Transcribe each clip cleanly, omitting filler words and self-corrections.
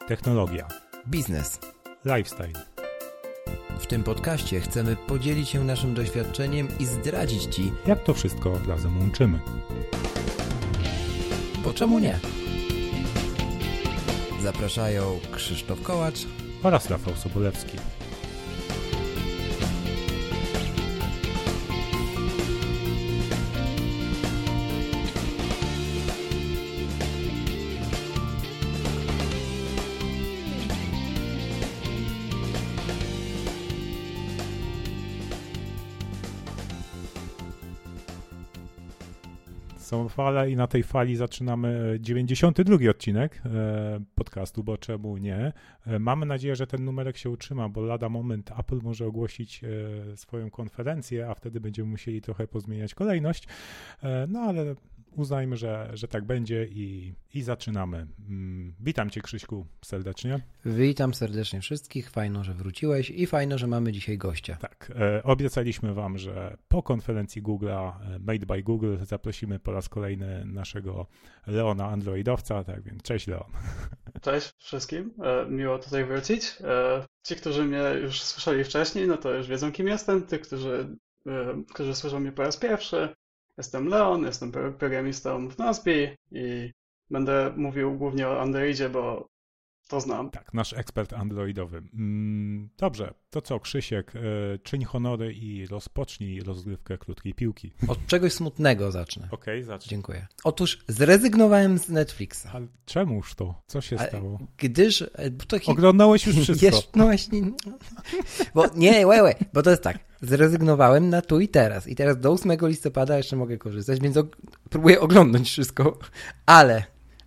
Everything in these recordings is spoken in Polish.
technologia, biznes, lifestyle. W tym podcaście chcemy podzielić się naszym doświadczeniem i zdradzić Ci, jak to wszystko razem łączymy. Bo czemu nie? Zapraszają Krzysztof Kołacz Oraz Rafał Sobolewski. Są fale i na tej fali zaczynamy 92 odcinek podcastu, bo czemu nie. Mamy nadzieję, że ten numerek się utrzyma, bo lada moment Apple może ogłosić swoją konferencję, a wtedy będziemy musieli trochę pozmieniać kolejność. No ale uznajmy, że tak będzie i zaczynamy. Witam Cię, Krzyśku, serdecznie. Witam serdecznie wszystkich, fajno, że wróciłeś i fajno, że mamy dzisiaj gościa. Tak, obiecaliśmy Wam, że po konferencji Google'a Made by Google zaprosimy po raz kolejny naszego Leona Androidowca, tak więc cześć Leon. Cześć wszystkim, miło tutaj wrócić. Ci, którzy mnie już słyszeli wcześniej, no to już wiedzą, kim jestem. Tych, którzy słyszą mnie po raz pierwszy, jestem Leon, jestem programistą w Nozbe i będę mówił głównie o Androidzie, bo to znam. Tak, nasz ekspert androidowy. Dobrze, to co, Krzysiek, czyń honory i rozpocznij rozgrywkę krótkiej piłki. Od czegoś smutnego zacznę. Okej, zacznij. Dziękuję. Otóż zrezygnowałem z Netflixa. Ale czemuż to? Co się stało? Gdyż... Oglądałeś już wszystko. No właśnie... Bo nie, bo to jest tak. Zrezygnowałem na tu i teraz. I teraz do 8 listopada jeszcze mogę korzystać, więc próbuję oglądać wszystko. Ale...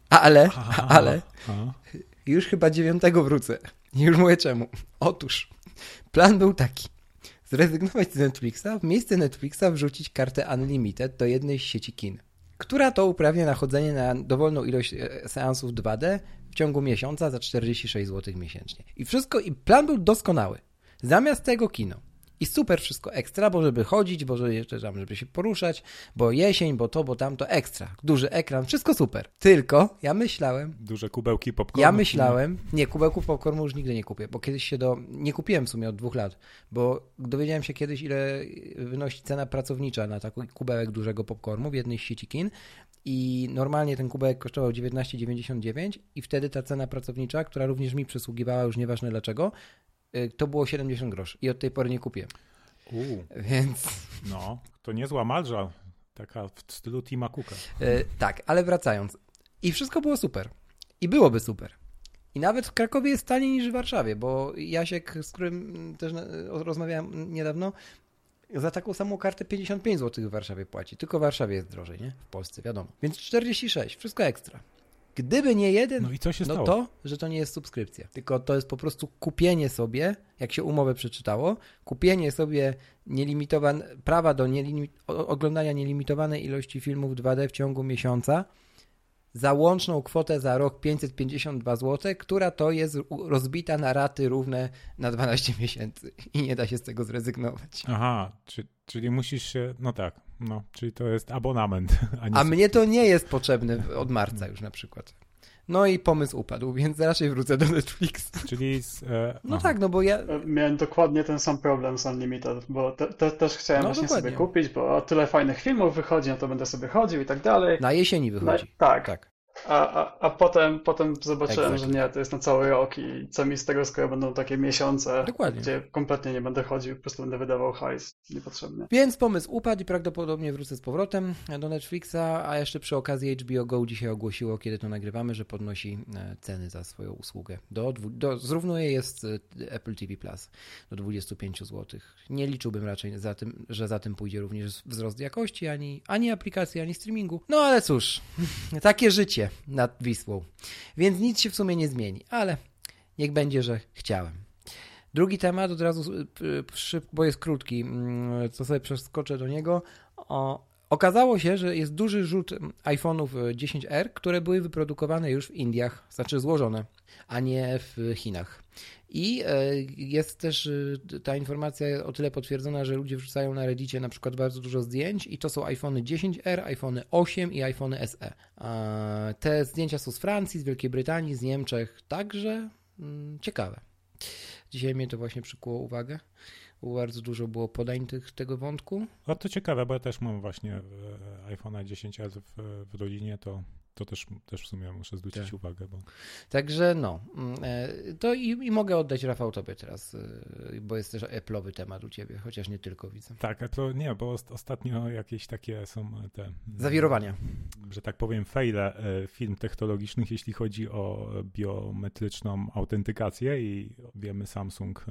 Już chyba 9 wrócę. I już mówię czemu. Otóż plan był taki. Zrezygnować z Netflixa, w miejsce Netflixa wrzucić kartę Unlimited do jednej z sieci kin, która to uprawnia nachodzenie na dowolną ilość seansów 2D w ciągu miesiąca za 46 zł miesięcznie. I plan był doskonały. Zamiast tego kino. I super wszystko ekstra, bo żeby chodzić, bo żeby się poruszać, bo jesień, bo to, bo tamto, ekstra. Duży ekran, wszystko super. Tylko ja myślałem... Duże kubełki popcornu. Nie, kubełków popcornu już nigdy nie kupię, bo kiedyś nie kupiłem w sumie od 2 lat, bo dowiedziałem się kiedyś, ile wynosi cena pracownicza na taki kubełek dużego popcornu w jednej z sieci kin i normalnie ten kubełek kosztował 19,99 i wtedy ta cena pracownicza, która również mi przysługiwała, już nieważne dlaczego, to było 70 groszy i od tej pory nie kupię. Więc... No, to niezła marża, taka w stylu Tima Cooka. Tak, ale wracając. I wszystko było super. I byłoby super. I nawet w Krakowie jest taniej niż w Warszawie, bo Jasiek, z którym też rozmawiałem niedawno, za taką samą kartę 55 zł w Warszawie płaci. Tylko w Warszawie jest drożej, nie? W Polsce, wiadomo. Więc 46, wszystko ekstra. Gdyby nie jeden, no i co się stało? To, że to nie jest subskrypcja, tylko to jest po prostu kupienie sobie, jak się umowę przeczytało, kupienie sobie prawa do oglądania nielimitowanej ilości filmów 2D w ciągu miesiąca za łączną kwotę za rok 552 zł, która to jest rozbita na raty równe na 12 miesięcy i nie da się z tego zrezygnować. Aha, czyli musisz się, no tak, czyli to jest abonament. A mnie to nie jest potrzebne od marca już na przykład. No i pomysł upadł, więc raczej wrócę do Netflixa. Czyli tak, no bo ja... Miałem dokładnie ten sam problem z Unlimited, bo też chciałem właśnie dokładnie sobie kupić, bo tyle fajnych filmów wychodzi, no to będę sobie chodził i tak dalej. Na jesieni wychodzi. Tak. A potem zobaczyłem, że nie, to jest na cały rok i co mi z tego, skoro będą takie miesiące, gdzie kompletnie nie będę chodził, po prostu będę wydawał hajs niepotrzebnie. Więc pomysł upadł i prawdopodobnie wrócę z powrotem do Netflixa, a jeszcze przy okazji HBO Go dzisiaj ogłosiło, kiedy to nagrywamy, że podnosi ceny za swoją usługę. Zrównuje je z Apple TV Plus do 25 zł. Nie liczyłbym raczej że za tym pójdzie również wzrost jakości, ani aplikacji, ani streamingu. No ale cóż, takie życie nad Wisłą. Więc nic się w sumie nie zmieni, ale niech będzie, że chciałem. Drugi temat od razu, bo jest krótki, to sobie przeskoczę do niego. Okazało się, że jest duży rzut iPhone'ów 10R, które były wyprodukowane już w Indiach, znaczy złożone, a nie w Chinach. I jest też ta informacja o tyle potwierdzona, że ludzie wrzucają na Reddicie na przykład bardzo dużo zdjęć i to są iPhony 10R, iPhony 8 i iPhony SE. Te zdjęcia są z Francji, z Wielkiej Brytanii, z Niemczech, także ciekawe. Dzisiaj mnie to właśnie przykuło uwagę. Bardzo dużo było podań tego wątku. No to ciekawe, bo ja też mam właśnie iPhone'a 10R w rodzinie, to też w sumie muszę zwrócić uwagę. Bo... Także to i mogę oddać, Rafał, tobie teraz, bo jest też Apple'owy temat u ciebie, chociaż nie tylko widzę. Tak, Apple, nie, bo ostatnio jakieś takie są te... Zawirowania. Że tak powiem, fejle firm technologicznych, jeśli chodzi o biometryczną autentykację i wiemy, Samsung...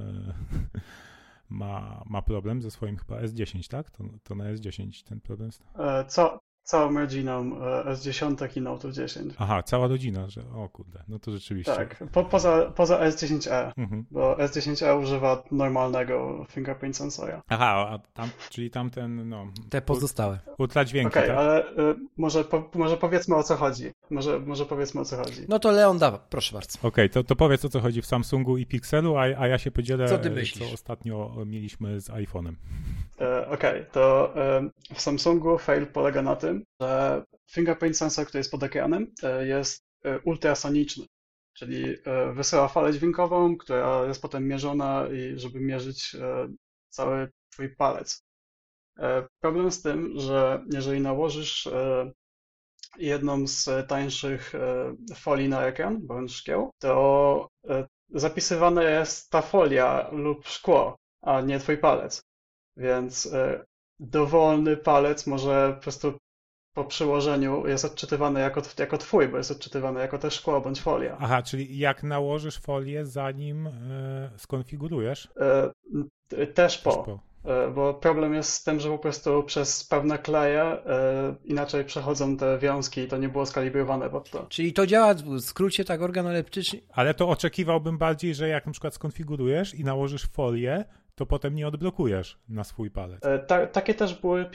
Ma problem ze swoim chyba S10, tak? To na S10 ten problem jest? Całą rodziną S10 i Note 10. Aha, cała rodzina, że o kurde, no to rzeczywiście. Tak, poza S10e, bo S10e używa normalnego fingerprint sensora. Aha, czyli tamten, te pozostałe. Ultradźwięki, Okej, tak? ale może powiedzmy o co chodzi. Może powiedzmy o co chodzi. No to Leon, dawa, proszę bardzo. Okej, to powiedz o co chodzi w Samsungu i Pixelu, a ja się podzielę, co ty myślisz? Co ostatnio mieliśmy z iPhone'em. Okej, to w Samsungu fail polega na tym, że fingerprint sensor, który jest pod ekranem, jest ultrasoniczny, czyli wysyła falę dźwiękową, która jest potem mierzona, i żeby mierzyć cały twój palec. Problem z tym, że jeżeli nałożysz jedną z tańszych folii na ekran, bądź szkieł, to zapisywana jest ta folia lub szkło, a nie twój palec. Więc dowolny palec może po prostu po przyłożeniu jest odczytywany jako twój, bo jest odczytywany jako te szkło bądź folia. Aha, czyli jak nałożysz folię, zanim skonfigurujesz? Też po. Bo problem jest z tym, że po prostu przez pewne kleje inaczej przechodzą te wiązki i to nie było skalibrowane pod to. Czyli to działa w skrócie tak organoleptycznie. Ale to oczekiwałbym bardziej, że jak na przykład skonfigurujesz i nałożysz folię, to potem nie odblokujesz na swój palec. Takie też były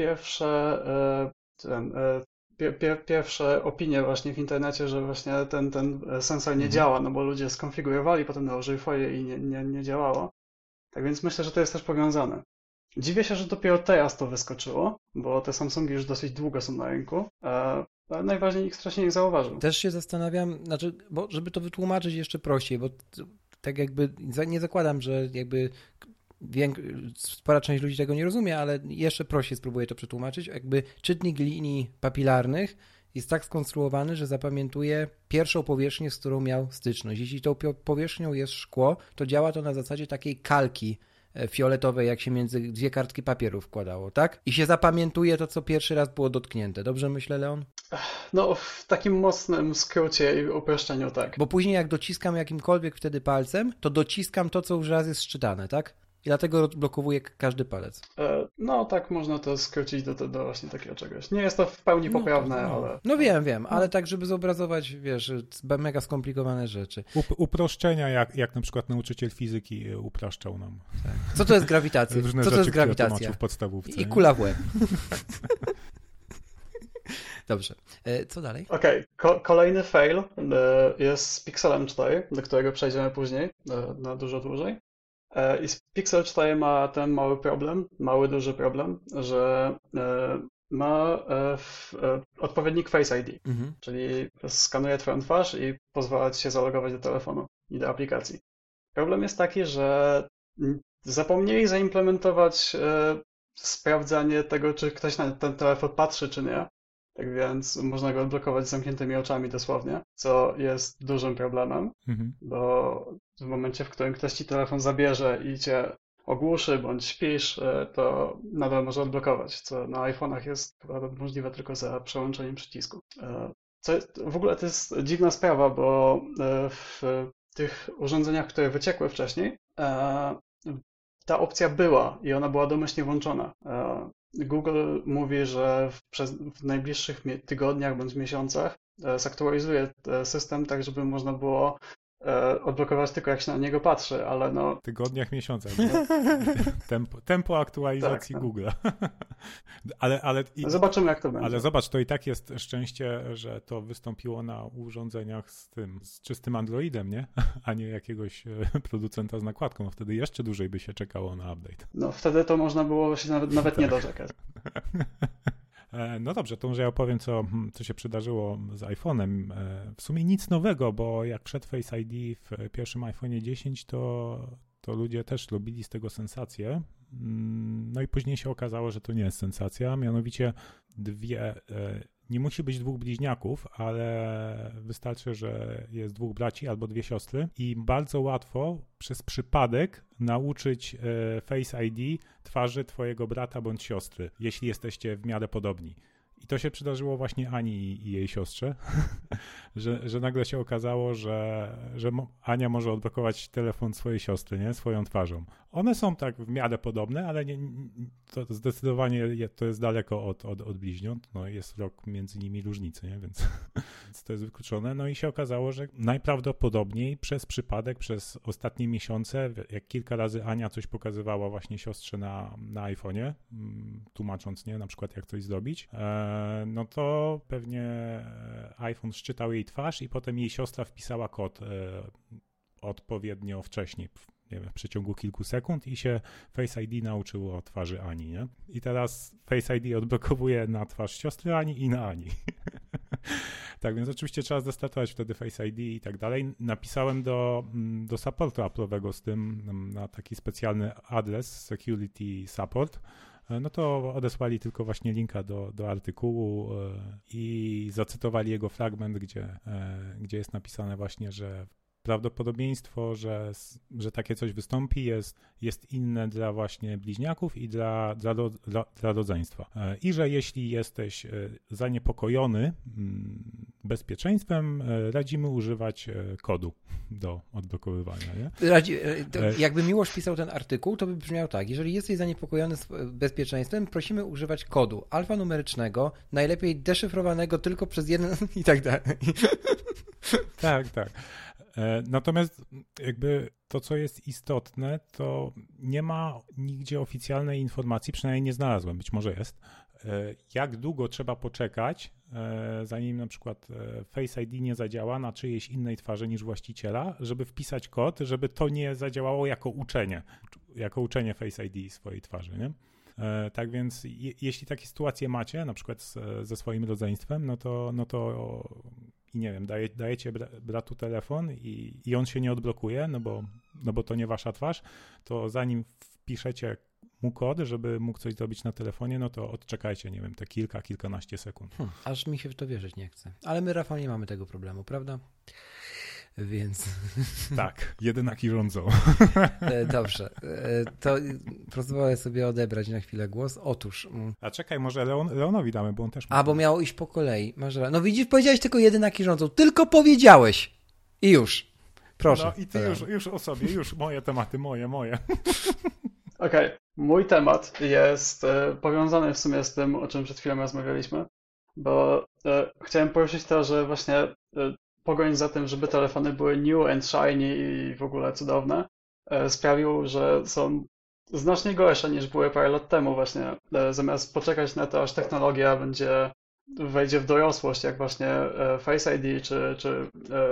pierwsze opinie właśnie w internecie, że właśnie ten sensor nie działa, no bo ludzie skonfigurowali, potem nałożyli folię i nie działało. Tak więc myślę, że to jest też powiązane. Dziwię się, że dopiero teraz to wyskoczyło, bo te Samsungi już dosyć długo są na rynku, ale najważniej nikt wcześniej nie zauważył. Też się zastanawiam, bo żeby to wytłumaczyć jeszcze prościej, bo tak jakby nie zakładam, że jakby spora część ludzi tego nie rozumie, ale jeszcze prościej spróbuję to przetłumaczyć. Jakby czytnik linii papilarnych jest tak skonstruowany, że zapamiętuje pierwszą powierzchnię, z którą miał styczność. Jeśli tą powierzchnią jest szkło, to działa to na zasadzie takiej kalki fioletowej, jak się między dwie kartki papieru wkładało, tak? I się zapamiętuje to, co pierwszy raz było dotknięte. Dobrze myślę, Leon? No, w takim mocnym skrócie i uproszczeniu, tak. Bo później jak dociskam jakimkolwiek wtedy palcem, to dociskam to, co już raz jest szczytane, tak? I dlatego odblokowuje każdy palec. No tak, można to skrócić do właśnie takiego czegoś. Nie jest to w pełni poprawne, ale... No wiem, ale tak, żeby zobrazować, wiesz, mega skomplikowane rzeczy. Uproszczenia, jak na przykład nauczyciel fizyki upraszczał nam. Tak. Co to jest grawitacja? Co to jest grawitacja? W podstawówce. I kula w łeb. Dobrze. Co dalej? Okej. Kolejny fail jest z Pixelem 4, do którego przejdziemy później, na dużo dłużej. I Pixel 4 ma ten duży problem, że ma odpowiednik Face ID, czyli skanuje twoją twarz i pozwala ci się zalogować do telefonu i do aplikacji. Problem jest taki, że zapomnieli zaimplementować sprawdzanie tego, czy ktoś na ten telefon patrzy, czy nie. Tak więc można go odblokować z zamkniętymi oczami dosłownie, co jest dużym problemem, bo w momencie, w którym ktoś ci telefon zabierze i cię ogłuszy bądź śpisz, to nadal może odblokować, co na iPhone'ach jest chyba możliwe tylko za przełączeniem przycisku. W ogóle to jest dziwna sprawa, bo w tych urządzeniach, które wyciekły wcześniej, ta opcja była i ona była domyślnie włączona. Google mówi, że w najbliższych tygodniach bądź miesiącach zaktualizuje system tak, żeby można było odblokować tylko jak się na niego patrzy, ale no... W tygodniach, miesiącach. Tempo aktualizacji Tak, Google'a. Zobaczymy, jak to będzie. Ale zobacz, to i tak jest szczęście, że to wystąpiło na urządzeniach z czystym Androidem, nie? A nie jakiegoś producenta z nakładką. Wtedy jeszcze dłużej by się czekało na update. No wtedy to można było się nawet nie doczekać. No dobrze, to może ja opowiem, co się przydarzyło z iPhone'em. W sumie nic nowego, bo jak wszedł Face ID w pierwszym iPhone'ie 10, to ludzie też robili z tego sensację. No i później się okazało, że to nie jest sensacja, mianowicie nie musi być dwóch bliźniaków, ale wystarczy, że jest dwóch braci albo dwie siostry i bardzo łatwo przez przypadek nauczyć Face ID twarzy twojego brata bądź siostry, jeśli jesteście w miarę podobni. I to się przydarzyło właśnie Ani i jej siostrze, że nagle się okazało, że Ania może odblokować telefon swojej siostry, nie? Swoją twarzą. One są tak w miarę podobne, ale to zdecydowanie to jest daleko od bliźniąt. No, jest rok między nimi różnicy, nie? Więc to jest wykluczone. No i się okazało, że najprawdopodobniej przez przypadek, przez ostatnie miesiące, jak kilka razy Ania coś pokazywała właśnie siostrze na iPhone'ie, tłumacząc, nie? Na przykład jak coś zrobić, no to pewnie iPhone szczytał jej twarz i potem jej siostra wpisała kod odpowiednio wcześniej, nie wiem, w przeciągu kilku sekund i się Face ID nauczyło twarzy Ani, nie? I teraz Face ID odblokowuje na twarz siostry Ani i na Ani. Tak, więc oczywiście trzeba zrestartować wtedy Face ID i tak dalej. Napisałem do supportu Apple'owego z tym na taki specjalny adres Security Support. No to odesłali tylko właśnie linka do artykułu i zacytowali jego fragment, gdzie jest napisane właśnie, że prawdopodobieństwo, że takie coś wystąpi jest inne dla właśnie bliźniaków i dla rodzeństwa. I że jeśli jesteś zaniepokojony bezpieczeństwem, radzimy używać kodu do odblokowywania. Nie? Jakby Miłosz pisał ten artykuł, to by brzmiał tak: jeżeli jesteś zaniepokojony bezpieczeństwem, prosimy używać kodu alfanumerycznego, najlepiej deszyfrowanego tylko przez jeden i tak dalej. Tak, tak. Natomiast jakby to, co jest istotne, to nie ma nigdzie oficjalnej informacji, przynajmniej nie znalazłem, być może jest, jak długo trzeba poczekać, zanim na przykład Face ID nie zadziała na czyjejś innej twarzy niż właściciela, żeby wpisać kod, żeby to nie zadziałało jako uczenie Face ID swojej twarzy, nie? Tak więc jeśli takie sytuacje macie, na przykład ze swoim rodzeństwem, no to i nie wiem, dajecie bratu telefon i on się nie odblokuje, no bo to nie wasza twarz, to zanim wpiszecie mu kod, żeby mógł coś zrobić na telefonie, no to odczekajcie, nie wiem, te kilkanaście sekund. Aż mi się w to wierzyć nie chce. Ale my, Rafał, nie mamy tego problemu, prawda? Więc... Tak, jedynaki rządzą. Dobrze, to pozwolę sobie odebrać na chwilę głos. Otóż... A czekaj, może Leonowi damy, bo on też ma. Bo miało iść po kolei. No widzisz, powiedziałeś tylko jedynaki rządzą. Tylko powiedziałeś. I już. Proszę. No i ty już o sobie, już moje tematy, moje. Okej. Mój temat jest powiązany w sumie z tym, o czym przed chwilą rozmawialiśmy, bo chciałem poruszyć to, że właśnie pogoń za tym, żeby telefony były new and shiny i w ogóle cudowne, sprawił, że są znacznie gorsze niż były parę lat temu właśnie. Zamiast poczekać na to, aż technologia wejdzie w dorosłość, jak właśnie Face ID, czy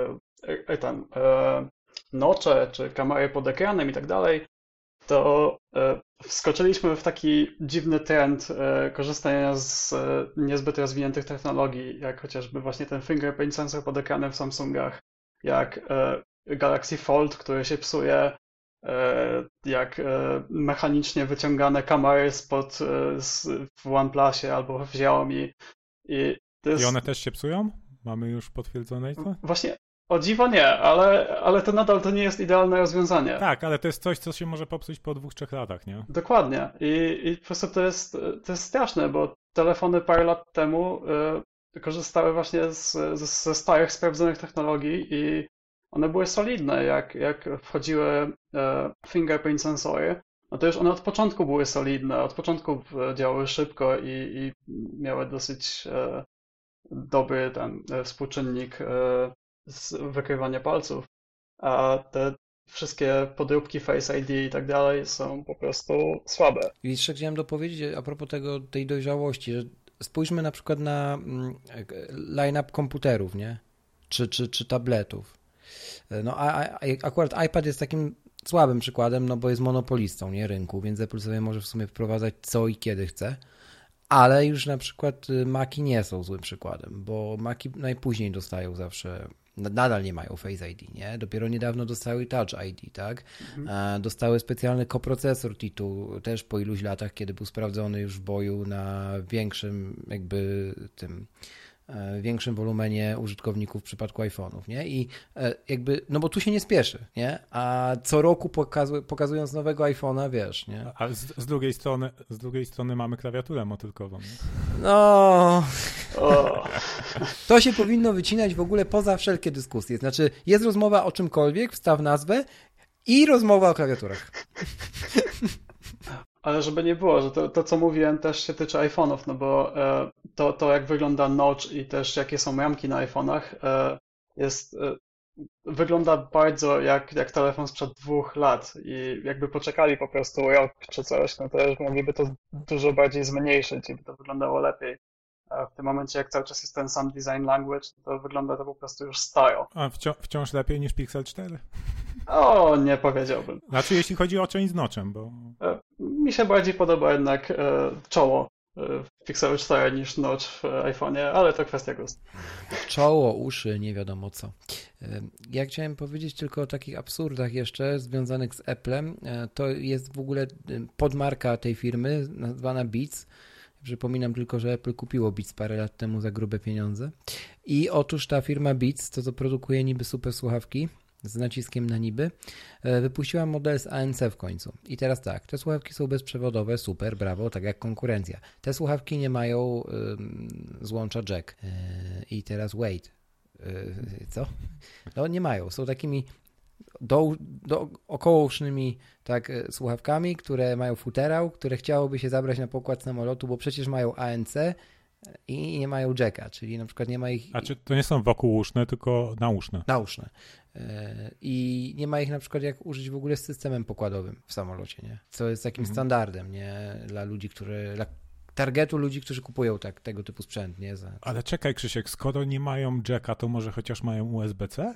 nocze, czy kamery pod ekranem i tak dalej, to wskoczyliśmy w taki dziwny trend korzystania z niezbyt rozwiniętych technologii, jak chociażby właśnie ten fingerprint sensor pod ekranem w Samsungach, jak Galaxy Fold, który się psuje, jak mechanicznie wyciągane kamery w OnePlusie albo w Xiaomi. I one też się psują? Mamy już potwierdzone to? Właśnie. O dziwo nie, ale to nadal to nie jest idealne rozwiązanie. Tak, ale to jest coś, co się może popsuć po 2-3 latach, nie? Dokładnie. I po prostu to jest straszne, bo telefony parę lat temu korzystały właśnie ze starych, sprawdzonych technologii i one były solidne. Jak wchodziły fingerprint sensory, no to już one od początku były solidne, od początku działały szybko i miały dosyć dobry ten współczynnik z wykrywania palców. a te wszystkie podróbki Face ID i tak dalej są po prostu słabe. I jeszcze chciałem dopowiedzieć a propos tej dojrzałości, że spójrzmy na przykład na line-up komputerów, nie? Czy tabletów. No akurat iPad jest takim słabym przykładem, no bo jest monopolistą, nie, rynku, więc Apple sobie może w sumie wprowadzać co i kiedy chce, ale już na przykład Maci nie są złym przykładem, bo Maci najpóźniej dostają zawsze, nadal nie mają Face ID, nie? Dopiero niedawno dostały Touch ID, tak? Dostały specjalny koprocesor T2 też po iluś latach, kiedy był sprawdzony już w boju na większym większym wolumenie użytkowników w przypadku iPhone'ów, nie? I no bo tu się nie spieszy, nie? A co roku pokazując nowego iPhone'a, wiesz, nie? A z drugiej strony mamy klawiaturę motylkową, nie? No... To się powinno wycinać w ogóle poza wszelkie dyskusje. Znaczy, jest rozmowa o czymkolwiek, wstaw nazwę i rozmowa o klawiaturach. Ale żeby nie było, że to co mówiłem też się tyczy iPhone'ów, no bo to jak wygląda notch i też jakie są ramki na iPhone'ach wygląda bardzo jak telefon sprzed 2 lat i jakby poczekali po prostu rok czy coś, no to już mogliby to dużo bardziej zmniejszyć i by to wyglądało lepiej. A w tym momencie jak cały czas jest ten sam design language, to wygląda to po prostu już style. A wciąż lepiej niż Pixel 4? O, nie powiedziałbym. Znaczy jeśli chodzi o część z notchem, bo... Mi się bardziej podoba jednak czoło w Pixelu 4 niż notch w iPhone'ie, ale to kwestia gustu. Czoło, uszy, nie wiadomo co. Ja chciałem powiedzieć tylko o takich absurdach jeszcze związanych z Apple'em. To jest w ogóle podmarka tej firmy nazwana Beats. Przypominam tylko, że Apple kupiło Beats parę lat temu za grube pieniądze. I otóż ta firma Beats, to produkuje niby super słuchawki, z naciskiem na niby, wypuściła model z ANC w końcu. I teraz tak, te słuchawki są bezprzewodowe, super, brawo, tak jak konkurencja. Te słuchawki nie mają złącza jack. I teraz wait. Co? No nie mają, są takimi okołousznymi tak, słuchawkami, które mają futerał, które chciałoby się zabrać na pokład samolotu, bo przecież mają ANC i nie mają jacka, czyli na przykład nie ma ich... A czy to nie są wokółuszne, tylko nauszne? Nauszne. I nie ma ich na przykład jak użyć w ogóle z systemem pokładowym w samolocie, nie? Co jest takim standardem, nie? Dla ludzi, dla targetu ludzi, którzy kupują tego typu sprzęt, nie? Ale czekaj Krzysiek, skoro nie mają jacka, to może chociaż mają USB-C?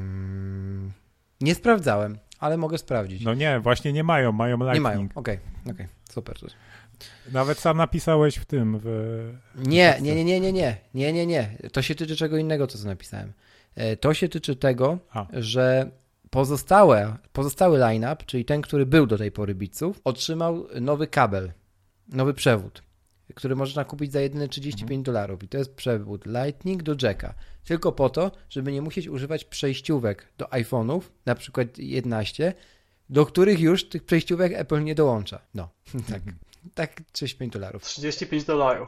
Nie sprawdzałem, ale mogę sprawdzić. No nie, właśnie nie mają Lightning. Nie mają, okej, super. Nawet sam napisałeś w tym. Nie. To się tyczy czego innego, co napisałem. To się tyczy tego, że pozostały line-up, czyli ten, który był do tej pory Beatsów, otrzymał nowy kabel, nowy przewód, który można kupić za jedyne $35 i to jest przewód Lightning do jacka. Tylko po to, żeby nie musieć używać przejściówek do iPhone'ów, na przykład 11, do których już tych przejściówek Apple nie dołącza. No, tak $35. $35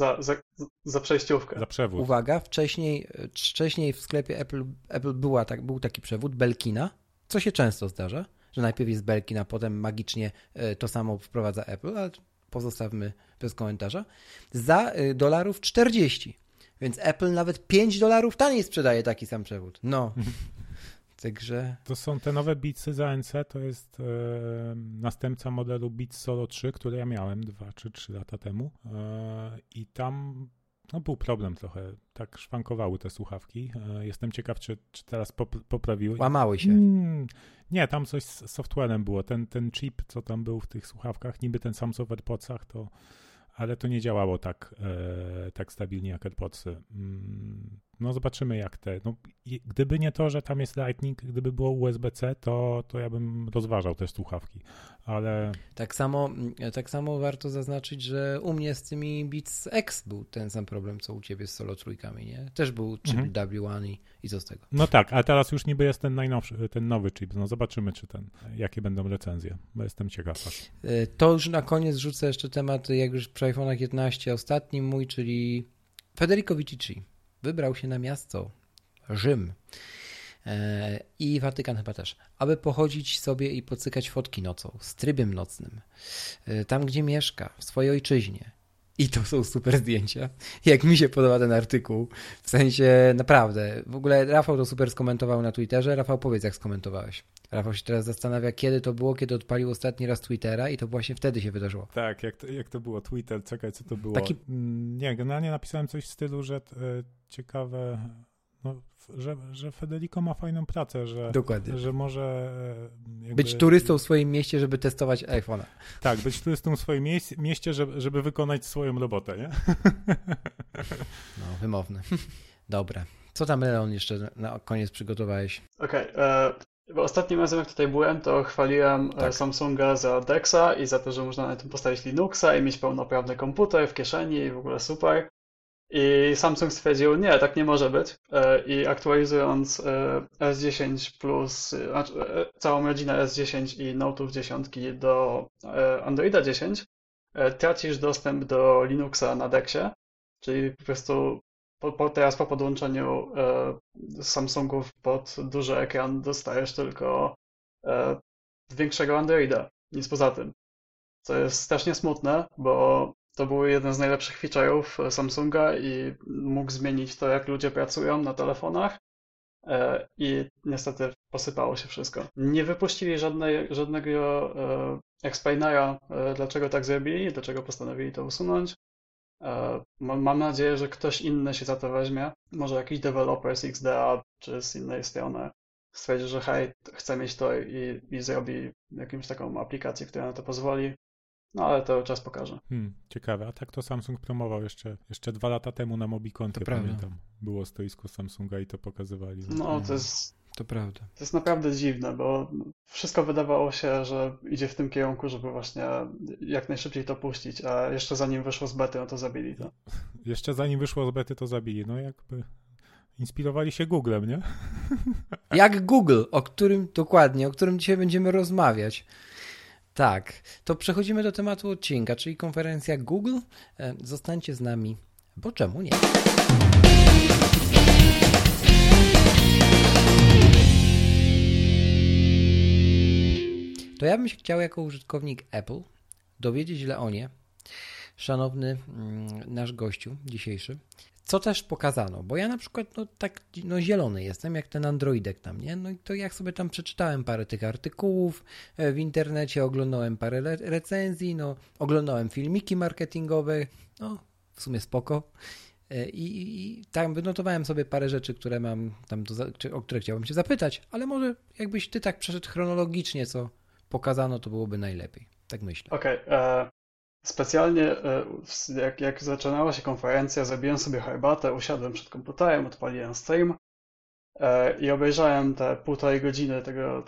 za przejściówkę. Za przewód. Uwaga, wcześniej w sklepie Apple był taki przewód Belkina, co się często zdarza, że najpierw jest Belkin, a potem magicznie to samo wprowadza Apple, ale pozostawmy bez komentarza, za $40. Więc Apple nawet $5 taniej sprzedaje taki sam przewód. No. Także... To są te nowe Beatsy z ANC, to jest następca modelu Beats Solo 3, który ja miałem 2 czy 3 lata temu i tam był problem trochę, tak szwankowały te słuchawki. Jestem ciekaw, czy teraz poprawiły. Łamały się. Nie, tam coś z softwarem było. Ten chip, co tam był w tych słuchawkach, niby ten sam co w AirPodsach, ale to nie działało tak stabilnie jak AirPodsy. No zobaczymy jak gdyby nie to, że tam jest Lightning, gdyby było USB-C, to ja bym rozważał te słuchawki, ale... Tak samo warto zaznaczyć, że u mnie z tymi Beats X był ten sam problem, co u ciebie z Solo trójkami, nie? Też był chip W1 i co z tego? No tak, a teraz już niby jest ten najnowszy, ten nowy chip, no zobaczymy, jakie będą recenzje, bo jestem ciekaw. To już na koniec rzucę jeszcze temat, jak już przy iPhone'ach 11, ostatni mój, czyli Federico Viticci. Wybrał się na miasto Rzym i Watykan chyba też, aby pochodzić sobie i pocykać fotki nocą, z trybem nocnym, tam gdzie mieszka, w swojej ojczyźnie. I to są super zdjęcia. Jak mi się podoba ten artykuł. W sensie naprawdę. W ogóle Rafał to super skomentował na Twitterze. Rafał, powiedz, jak skomentowałeś. Rafał się teraz zastanawia, kiedy to było, kiedy odpalił ostatni raz Twittera i to właśnie wtedy się wydarzyło. Tak, jak to było? Twitter, czekaj, co to było? Nie, generalnie napisałem coś w stylu, że ciekawe, no, że Federico ma fajną pracę, że może być turystą w swoim mieście, żeby testować iPhone'a. Tak, być turystą w swoim mieście, żeby wykonać swoją robotę, nie? No, wymowne. Dobra. Co tam, Leon, jeszcze na koniec przygotowałeś? Okej. Ostatnim razem, jak tutaj byłem, to chwaliłem Samsunga za DeXa i za to, że można na tym postawić Linuxa i mieć pełnoprawny komputer w kieszeni i w ogóle super. I Samsung stwierdził, nie, tak nie może być. I aktualizując S10 Plus, całą rodzinę S10 i Note'ów 10 do Androida 10, tracisz dostęp do Linuxa na DeXie, czyli po prostu teraz po podłączeniu Samsungów pod duży ekran dostajesz tylko większego Androida, nic poza tym. Co jest strasznie smutne, bo to był jeden z najlepszych feature'ów Samsunga i mógł zmienić to, jak ludzie pracują na telefonach i niestety posypało się wszystko. Nie wypuścili żadnego explainera, dlaczego tak zrobili, dlaczego postanowili to usunąć. Mam nadzieję, że ktoś inny się za to weźmie, może jakiś deweloper z XDA czy z innej strony stwierdzi, że hej, chcę mieć to i zrobi jakąś taką aplikację, która na to pozwoli. No ale to czas pokaże. Ciekawe, a tak to Samsung promował jeszcze 2 lata temu na Mobicontie, pamiętam. Było stoisko Samsunga i to pokazywali. No to prawda. To jest naprawdę dziwne, bo wszystko wydawało się, że idzie w tym kierunku, żeby właśnie jak najszybciej to puścić, a jeszcze zanim wyszło z bety, no to zabili to. Jeszcze zanim wyszło z bety, to zabili. No jakby inspirowali się Googlem, nie? Jak Google, o którym dzisiaj będziemy rozmawiać. Tak, to przechodzimy do tematu odcinka, czyli konferencja Google. Zostańcie z nami, bo czemu nie? To ja bym się chciał jako użytkownik Apple dowiedzieć, Leonie, szanowny nasz gościu dzisiejszy, co też pokazano, bo ja na przykład zielony jestem, jak ten androidek tam, nie? No i to jak sobie tam przeczytałem parę tych artykułów w internecie, oglądałem parę recenzji, oglądałem filmiki marketingowe, w sumie spoko. I tam wynotowałem sobie parę rzeczy, które mam tam, o które chciałbym cię zapytać, ale może jakbyś ty tak przeszedł chronologicznie, co pokazano, to byłoby najlepiej. Tak myślę. Okej. Specjalnie jak zaczynała się konferencja, zrobiłem sobie herbatę, usiadłem przed komputerem, odpaliłem stream i obejrzałem te 1,5 godziny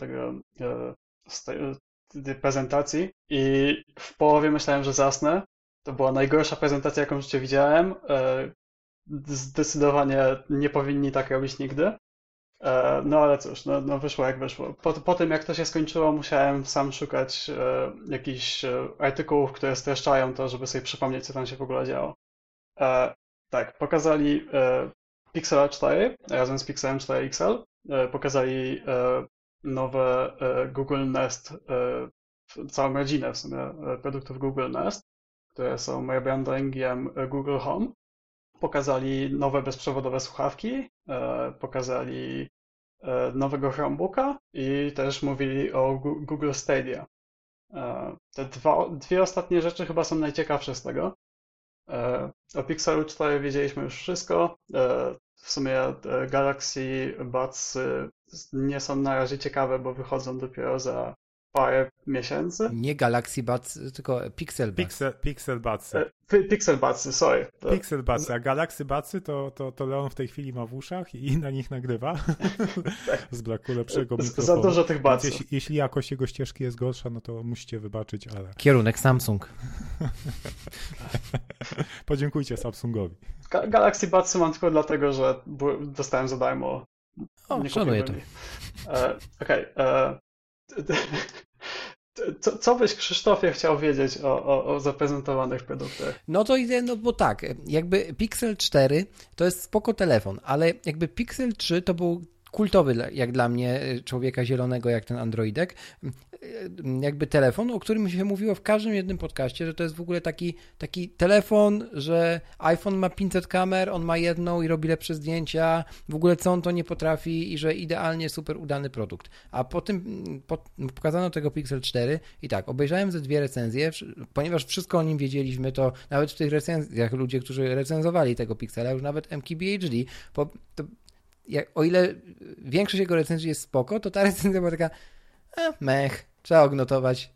tej prezentacji i w połowie myślałem, że zasnę. To była najgorsza prezentacja, jaką w życiu widziałem. Zdecydowanie nie powinni tak robić nigdy. No ale cóż, wyszło jak wyszło. Po tym jak to się skończyło, musiałem sam szukać jakichś artykułów, które streszczają to, żeby sobie przypomnieć, co tam się w ogóle działo. Tak, pokazali Pixela 4 razem z Pixelem 4 XL. Pokazali nowe Google Nest, całą rodzinę w sumie produktów Google Nest, które są rebrandingiem Google Home. Pokazali nowe bezprzewodowe słuchawki, pokazali nowego Chromebooka i też mówili o Google Stadia. Te dwie ostatnie rzeczy chyba są najciekawsze z tego. O Pixelu 4 wiedzieliśmy już wszystko. W sumie Galaxy Buds nie są na razie ciekawe, bo wychodzą dopiero za parę miesięcy. Nie Galaxy Buds, tylko Pixel Buds. Pixel Buds. Pixel Buds, sorry. Pixel Buds, a Galaxy Budsy to Leon w tej chwili ma w uszach i na nich nagrywa. Z braku lepszego mikrofonu. Za dużo tych budsów. Jeśli jakość jego ścieżki jest gorsza, no to musicie wybaczyć, ale... Kierunek Samsung. Podziękujcie Samsungowi. Galaxy Budsy mam tylko dlatego, że dostałem za darmo. Szanuję to. Okej. Co byś, Krzysztofie, chciał wiedzieć o zaprezentowanych produktach? Bo tak, jakby Pixel 4 to jest spoko telefon, ale jakby Pixel 3 to był kultowy jak dla mnie, człowieka zielonego jak ten androidek, jakby telefon, o którym się mówiło w każdym jednym podcaście, że to jest w ogóle taki telefon, że iPhone ma 500 kamer, on ma jedną i robi lepsze zdjęcia, w ogóle co on to nie potrafi i że idealnie super udany produkt. A po tym pokazano tego Pixel 4 i tak, obejrzałem ze 2 recenzje, ponieważ wszystko o nim wiedzieliśmy, to nawet w tych recenzjach ludzie, którzy recenzowali tego Pixela, już nawet MKBHD, o ile większość jego recenzji jest spoko, to ta recenzja była taka trzeba ognotować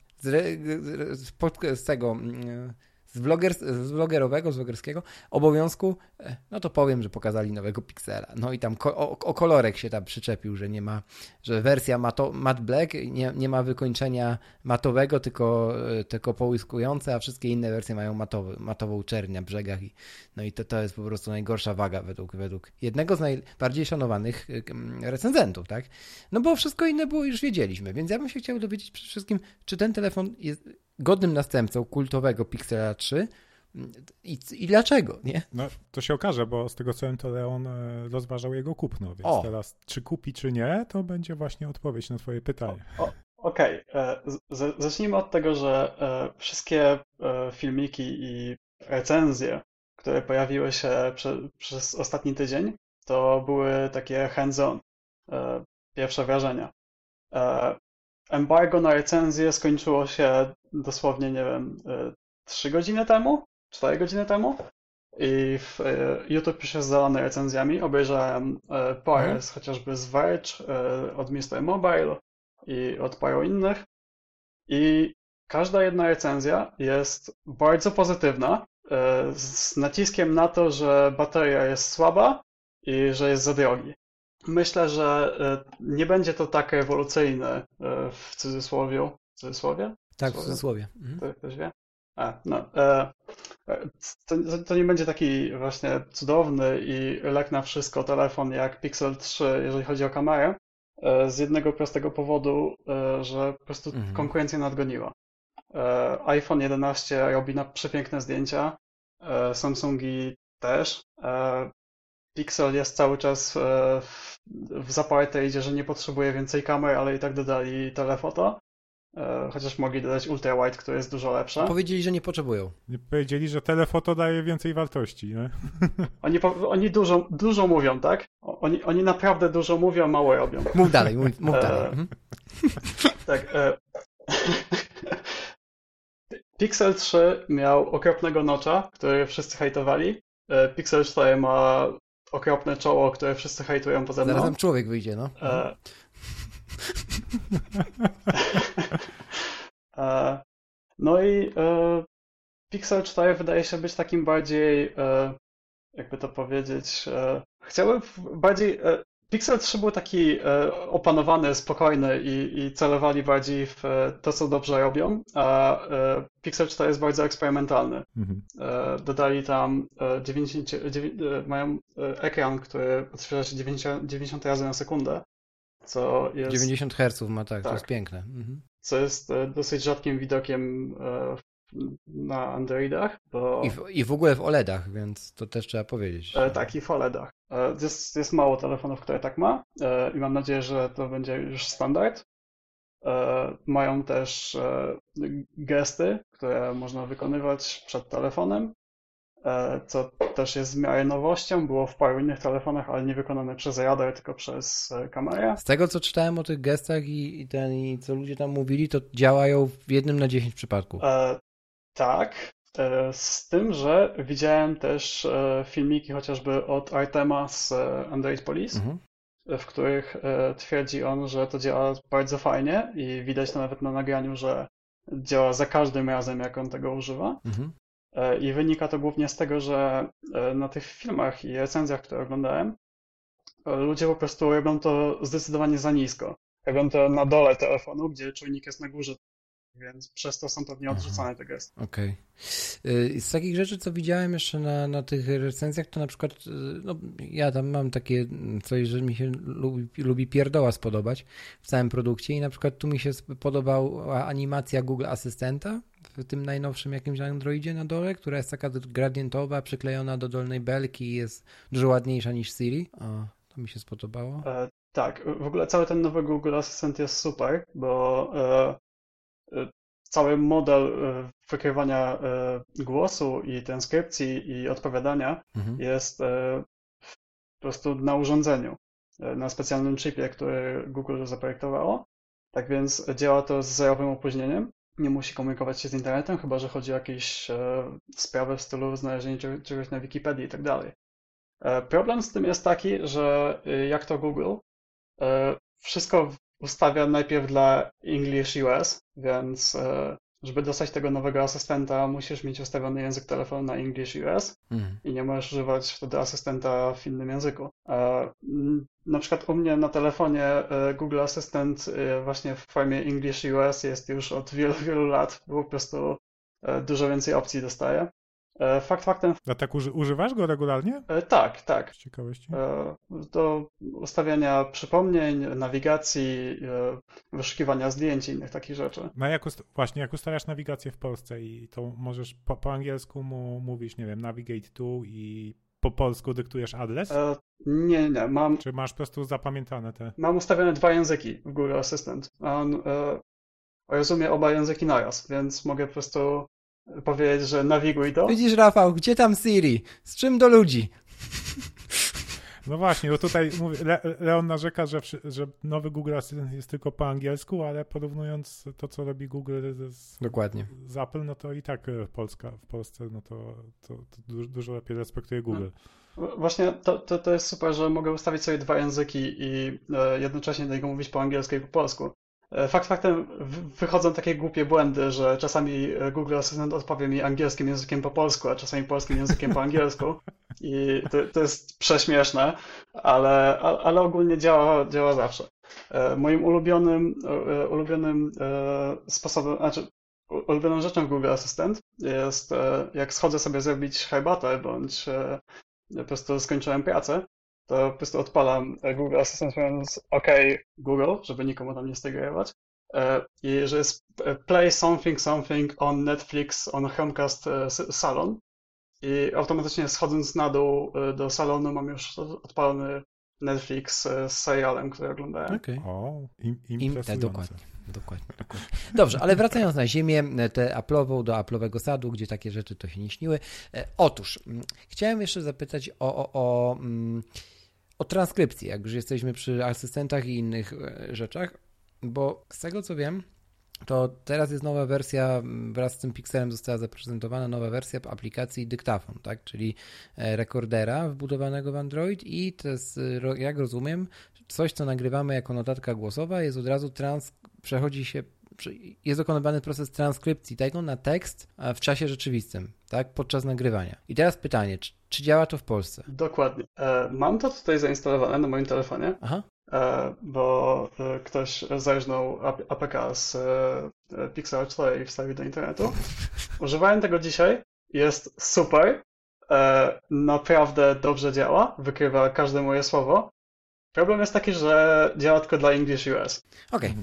z vlogerskiego obowiązku, no to powiem, że pokazali nowego Pixela. No i tam o kolorek się tam przyczepił, że nie ma, że wersja matte black nie ma wykończenia matowego, tylko połyskujące, a wszystkie inne wersje mają matową czerń na brzegach. No i to jest po prostu najgorsza waga według jednego z najbardziej szanowanych recenzentów, tak? No bo wszystko inne było już wiedzieliśmy, więc ja bym się chciał dowiedzieć przede wszystkim, czy ten telefon jest godnym następcą kultowego Pixela 3 i dlaczego, nie? No to się okaże, bo z tego co wiem, to Leon rozważał jego kupno, więc teraz czy kupi, czy nie, to będzie właśnie odpowiedź na twoje pytanie. Okej. Zacznijmy od tego, że wszystkie filmiki i recenzje, które pojawiły się przez ostatni tydzień, to były takie hands-on, pierwsze wrażenia. Embargo na recenzję skończyło się dosłownie, nie wiem, 3 godziny temu, 4 godziny temu i YouTube już jest zalany recenzjami. Obejrzałem parę, chociażby z Verge, od Mr. Mobile i od paru innych i każda jedna recenzja jest bardzo pozytywna, z naciskiem na to, że bateria jest słaba i że jest za drogi. Myślę, że nie będzie to tak rewolucyjne w cudzysłowie. W cudzysłowie? Tak, w cudzysłowie. To ktoś wie? To nie będzie taki właśnie cudowny i lek na wszystko telefon jak Pixel 3, jeżeli chodzi o kamerę, z jednego prostego powodu, że po prostu konkurencja nadgoniła. iPhone 11 robi przepiękne zdjęcia, Samsungi też. Pixel jest cały czas w zaparte idzie, że nie potrzebuje więcej kamer, ale i tak dodali telefoto. Chociaż mogli dodać ultra wide, które jest dużo lepsze. Powiedzieli, że nie potrzebują. Nie powiedzieli, że telefoto daje więcej wartości, nie? Oni dużo mówią, tak? Oni naprawdę dużo mówią, mało robią. Mów dalej, mów dalej. Tak. Pixel 3 miał okropnego notcha, który wszyscy hejtowali. Pixel 4 ma okropne czoło, które wszyscy hejtują poza mną. Zaraz tam człowiek wyjdzie, no. No i Pixel 4 wydaje się być takim bardziej, jakby to powiedzieć, chciałbym bardziej... Pixel 3 był taki opanowany, spokojny i celowali bardziej w to, co dobrze robią, a Pixel 4 jest bardzo eksperymentalny. Dodali tam mają ekran, który odświeża się 90 razy na sekundę, co jest... 90 Hz ma, tak, to jest piękne. Co jest dosyć rzadkim widokiem na Androidach. Bo... I w ogóle w OLEDach, więc to też trzeba powiedzieć. Tak, i w OLEDach. Jest mało telefonów, które tak ma i mam nadzieję, że to będzie już standard. Mają też gesty, które można wykonywać przed telefonem, co też jest w miarę nowością. Było w paru innych telefonach, ale nie wykonane przez radar, tylko przez kamerę. Z tego, co czytałem o tych gestach i co ludzie tam mówili, to działają w 1 na 10 przypadków. Tak, z tym, że widziałem też filmiki chociażby od Artema z Android Police, w których twierdzi on, że to działa bardzo fajnie i widać to nawet na nagraniu, że działa za każdym razem, jak on tego używa. I wynika to głównie z tego, że na tych filmach i recenzjach, które oglądałem, ludzie po prostu robią to zdecydowanie za nisko. Robią to na dole telefonu, gdzie czujnik jest na górze, więc przez to są pewnie odrzucane te gesty. Okej. Z takich rzeczy, co widziałem jeszcze na tych recenzjach, to na przykład, no, ja tam mam takie coś, że mi się lubi pierdoła spodobać w całym produkcie i na przykład tu mi się podobała animacja Google Asystenta w tym najnowszym jakimś Androidzie na dole, która jest taka gradientowa, przyklejona do dolnej belki i jest dużo ładniejsza niż Siri. To mi się spodobało. Tak, w ogóle cały ten nowy Google Assistant jest super, bo cały model wykrywania głosu i transkrypcji i odpowiadania jest po prostu na urządzeniu, na specjalnym chipie, który Google zaprojektowało. Tak więc działa to z zerowym opóźnieniem. Nie musi komunikować się z internetem, chyba że chodzi o jakieś sprawy w stylu znalezienia czegoś na Wikipedii i tak dalej. Problem z tym jest taki, że jak to Google, wszystko ustawia najpierw dla English US, więc żeby dostać tego nowego asystenta, musisz mieć ustawiony język telefonu na English US i nie możesz używać wtedy asystenta w innym języku. Na przykład u mnie na telefonie Google Assistant właśnie w formie English US jest już od wielu, wielu lat, bo po prostu dużo więcej opcji dostaje. Fakt faktem. A tak używasz go regularnie? Tak. Z ciekawości. Do ustawiania przypomnień, nawigacji, wyszukiwania zdjęć i innych takich rzeczy. No jak ustawiasz nawigację w Polsce i to możesz po angielsku mu mówisz, nie wiem, navigate to i po polsku dyktujesz adres? Nie. Czy masz po prostu zapamiętane te? Mam ustawione 2 języki w Google Assistant. On rozumie oba języki naraz, więc mogę po prostu powiedzieć, że nawiguj to. Widzisz, Rafał, gdzie tam Siri? Z czym do ludzi? No właśnie, bo tutaj Leon narzeka, że nowy Google Assistant jest tylko po angielsku, ale porównując to, co robi Google Dokładnie. z Apple, no to i tak w Polsce no to dużo lepiej respektuje Google. Właśnie to jest super, że mogę ustawić sobie 2 języki i jednocześnie do niego mówić po angielsku i po polsku. Fakt faktem wychodzą takie głupie błędy, że czasami Google Assistant odpowie mi angielskim językiem po polsku, a czasami polskim językiem po angielsku. I to jest prześmieszne, ale ogólnie działa zawsze. Moim ulubionym sposobem, ulubioną rzeczą w Google Assistant jest, jak schodzę sobie zrobić herbatę, bądź po prostu skończyłem pracę, to po prostu odpalam Google Assistant mówiąc OK Google, żeby nikomu tam nie sterować. I że jest play something on Netflix, on Chromecast Salon. I automatycznie schodząc na dół do salonu mam już odpalony Netflix z serialem, który oglądałem. Okay. Impresujące. Dokładnie. Dobrze, ale wracając na ziemię, tę Apple'ową, do Apple'owego sadu, gdzie takie rzeczy to się nie śniły. Otóż, chciałem jeszcze zapytać o transkrypcję, jak już jesteśmy przy asystentach i innych rzeczach, bo z tego co wiem, to teraz jest nowa wersja, wraz z tym Pixelem została zaprezentowana nowa wersja aplikacji Dyktafon, tak? Czyli rekordera wbudowanego w Android i to jest, jak rozumiem, coś, co nagrywamy jako notatka głosowa, jest od razu jest dokonywany proces transkrypcji tego na tekst w czasie rzeczywistym, tak? Podczas nagrywania. I teraz pytanie, czy działa to w Polsce? Dokładnie. Mam to tutaj zainstalowane na moim telefonie. Aha. Bo ktoś zerżnął APK z Pixela 4 i wstawił do internetu. Używałem tego dzisiaj. Jest super. Naprawdę dobrze działa. Wykrywa każde moje słowo. Problem jest taki, że działa tylko dla English US. Okej.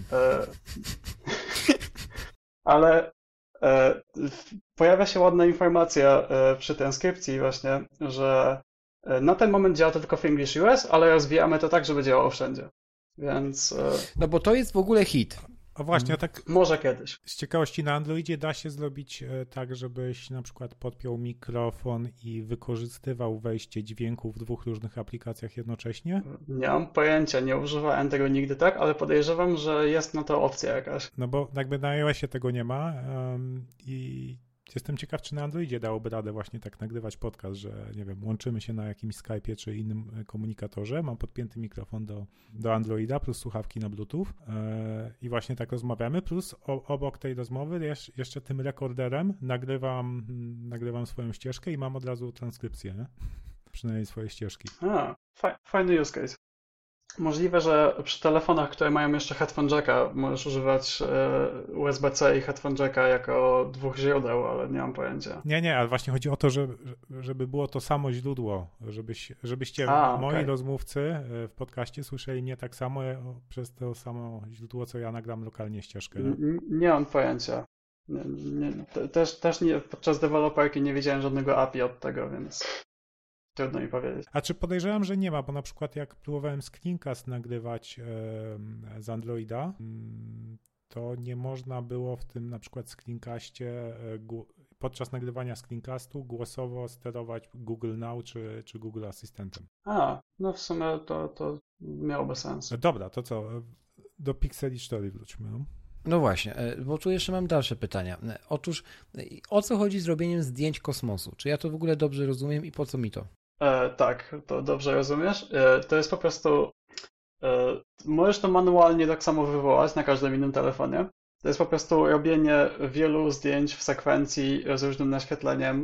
Ale pojawia się ładna informacja przy transkrypcji właśnie, że na ten moment działa to tylko w English US, ale rozwijamy to tak, żeby działało wszędzie. Więc... No bo to jest w ogóle hit. A właśnie, tak może kiedyś. Z ciekawości na Androidzie da się zrobić tak, żebyś na przykład podpiął mikrofon i wykorzystywał wejście dźwięku w 2 różnych aplikacjach jednocześnie? Nie mam pojęcia, nie używałem tego nigdy tak, ale podejrzewam, że jest na to opcja jakaś. No bo jakby na iOSie tego nie ma i jestem ciekaw, czy na Androidzie dałoby radę właśnie tak nagrywać podcast, że nie wiem, łączymy się na jakimś Skype'ie czy innym komunikatorze, mam podpięty mikrofon do Androida plus słuchawki na Bluetooth i właśnie tak rozmawiamy, plus obok tej rozmowy jeszcze tym rekorderem nagrywam swoją ścieżkę i mam od razu transkrypcję, nie? Przynajmniej swoje ścieżki. Fajny use case. Możliwe, że przy telefonach, które mają jeszcze headphone jacka, możesz używać USB-C i headphone jacka jako 2 źródeł, ale nie mam pojęcia. Nie, ale właśnie chodzi o to, żeby było to samo źródło, żebyście moi rozmówcy w podcaście słyszeli mnie tak samo przez to samo źródło, co ja nagram lokalnie ścieżkę. Nie mam pojęcia. Też nie, podczas deweloperki nie widziałem żadnego API od tego, więc trudno mi powiedzieć. A czy podejrzewam, że nie ma, bo na przykład jak próbowałem screencast nagrywać z Androida, to nie można było w tym na przykład screencastie podczas nagrywania screencastu głosowo sterować Google Now czy Google Asystentem. No w sumie to miałoby sens. Dobra, to co? Do Pixeli 4 wróćmy. No właśnie, bo tu jeszcze mam dalsze pytania. Otóż, o co chodzi z robieniem zdjęć kosmosu? Czy ja to w ogóle dobrze rozumiem i po co mi to? Tak, to dobrze rozumiesz. To jest po prostu... Możesz to manualnie tak samo wywołać na każdym innym telefonie. To jest po prostu robienie wielu zdjęć w sekwencji z różnym naświetleniem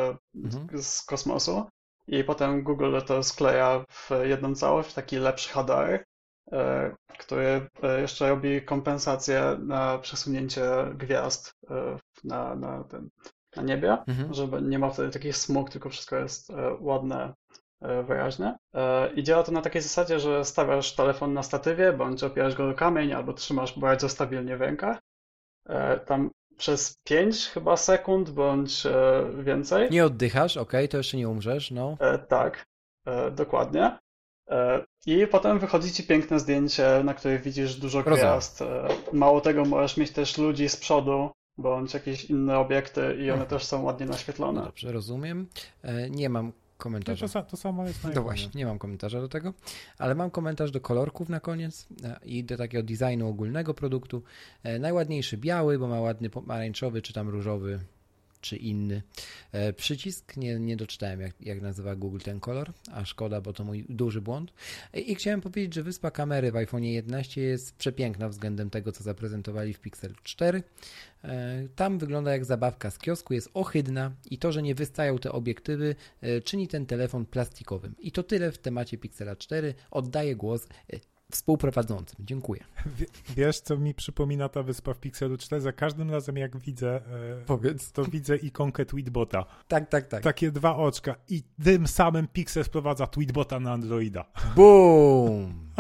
z kosmosu i potem Google to skleja w jedną całość, w taki lepszy HDR, który jeszcze robi kompensację na przesunięcie gwiazd na niebie, żeby nie ma wtedy takich smug, tylko wszystko jest ładne, wyraźne. I działa to na takiej zasadzie, że stawiasz telefon na statywie, bądź opierasz go do kamień, albo trzymasz bardzo stabilnie w rękach. Tam przez 5 chyba sekund, bądź więcej. Nie oddychasz, okej, to jeszcze nie umrzesz, no. Tak, dokładnie. I potem wychodzi ci piękne zdjęcie, na którym widzisz dużo gwiazd. Mało tego, możesz mieć też ludzi z przodu, bądź jakieś inne obiekty i one też są ładnie naświetlone. No dobrze, rozumiem. Nie mam komentarza. To samo jest na No właśnie, nie mam komentarza do tego, ale mam komentarz do kolorków na koniec i do takiego designu ogólnego produktu. Najładniejszy biały, bo ma ładny pomarańczowy, czy tam różowy, czy inny przycisk. Nie doczytałem, jak nazywa Google ten kolor, a szkoda, bo to mój duży błąd. I chciałem powiedzieć, że wyspa kamery w iPhone 11 jest przepiękna względem tego, co zaprezentowali w Pixel 4. Tam wygląda jak zabawka z kiosku, jest ohydna i to, że nie wystają te obiektywy, czyni ten telefon plastikowym. I to tyle w temacie Pixela 4. Oddaję głos współprowadzącym. Dziękuję. Wiesz, co mi przypomina ta wyspa w Pixelu 4? Za każdym razem, jak widzę, to widzę ikonkę Tweetbota. Tak. Takie 2 oczka i tym samym Pixel wprowadza Tweetbota na Androida. Boom!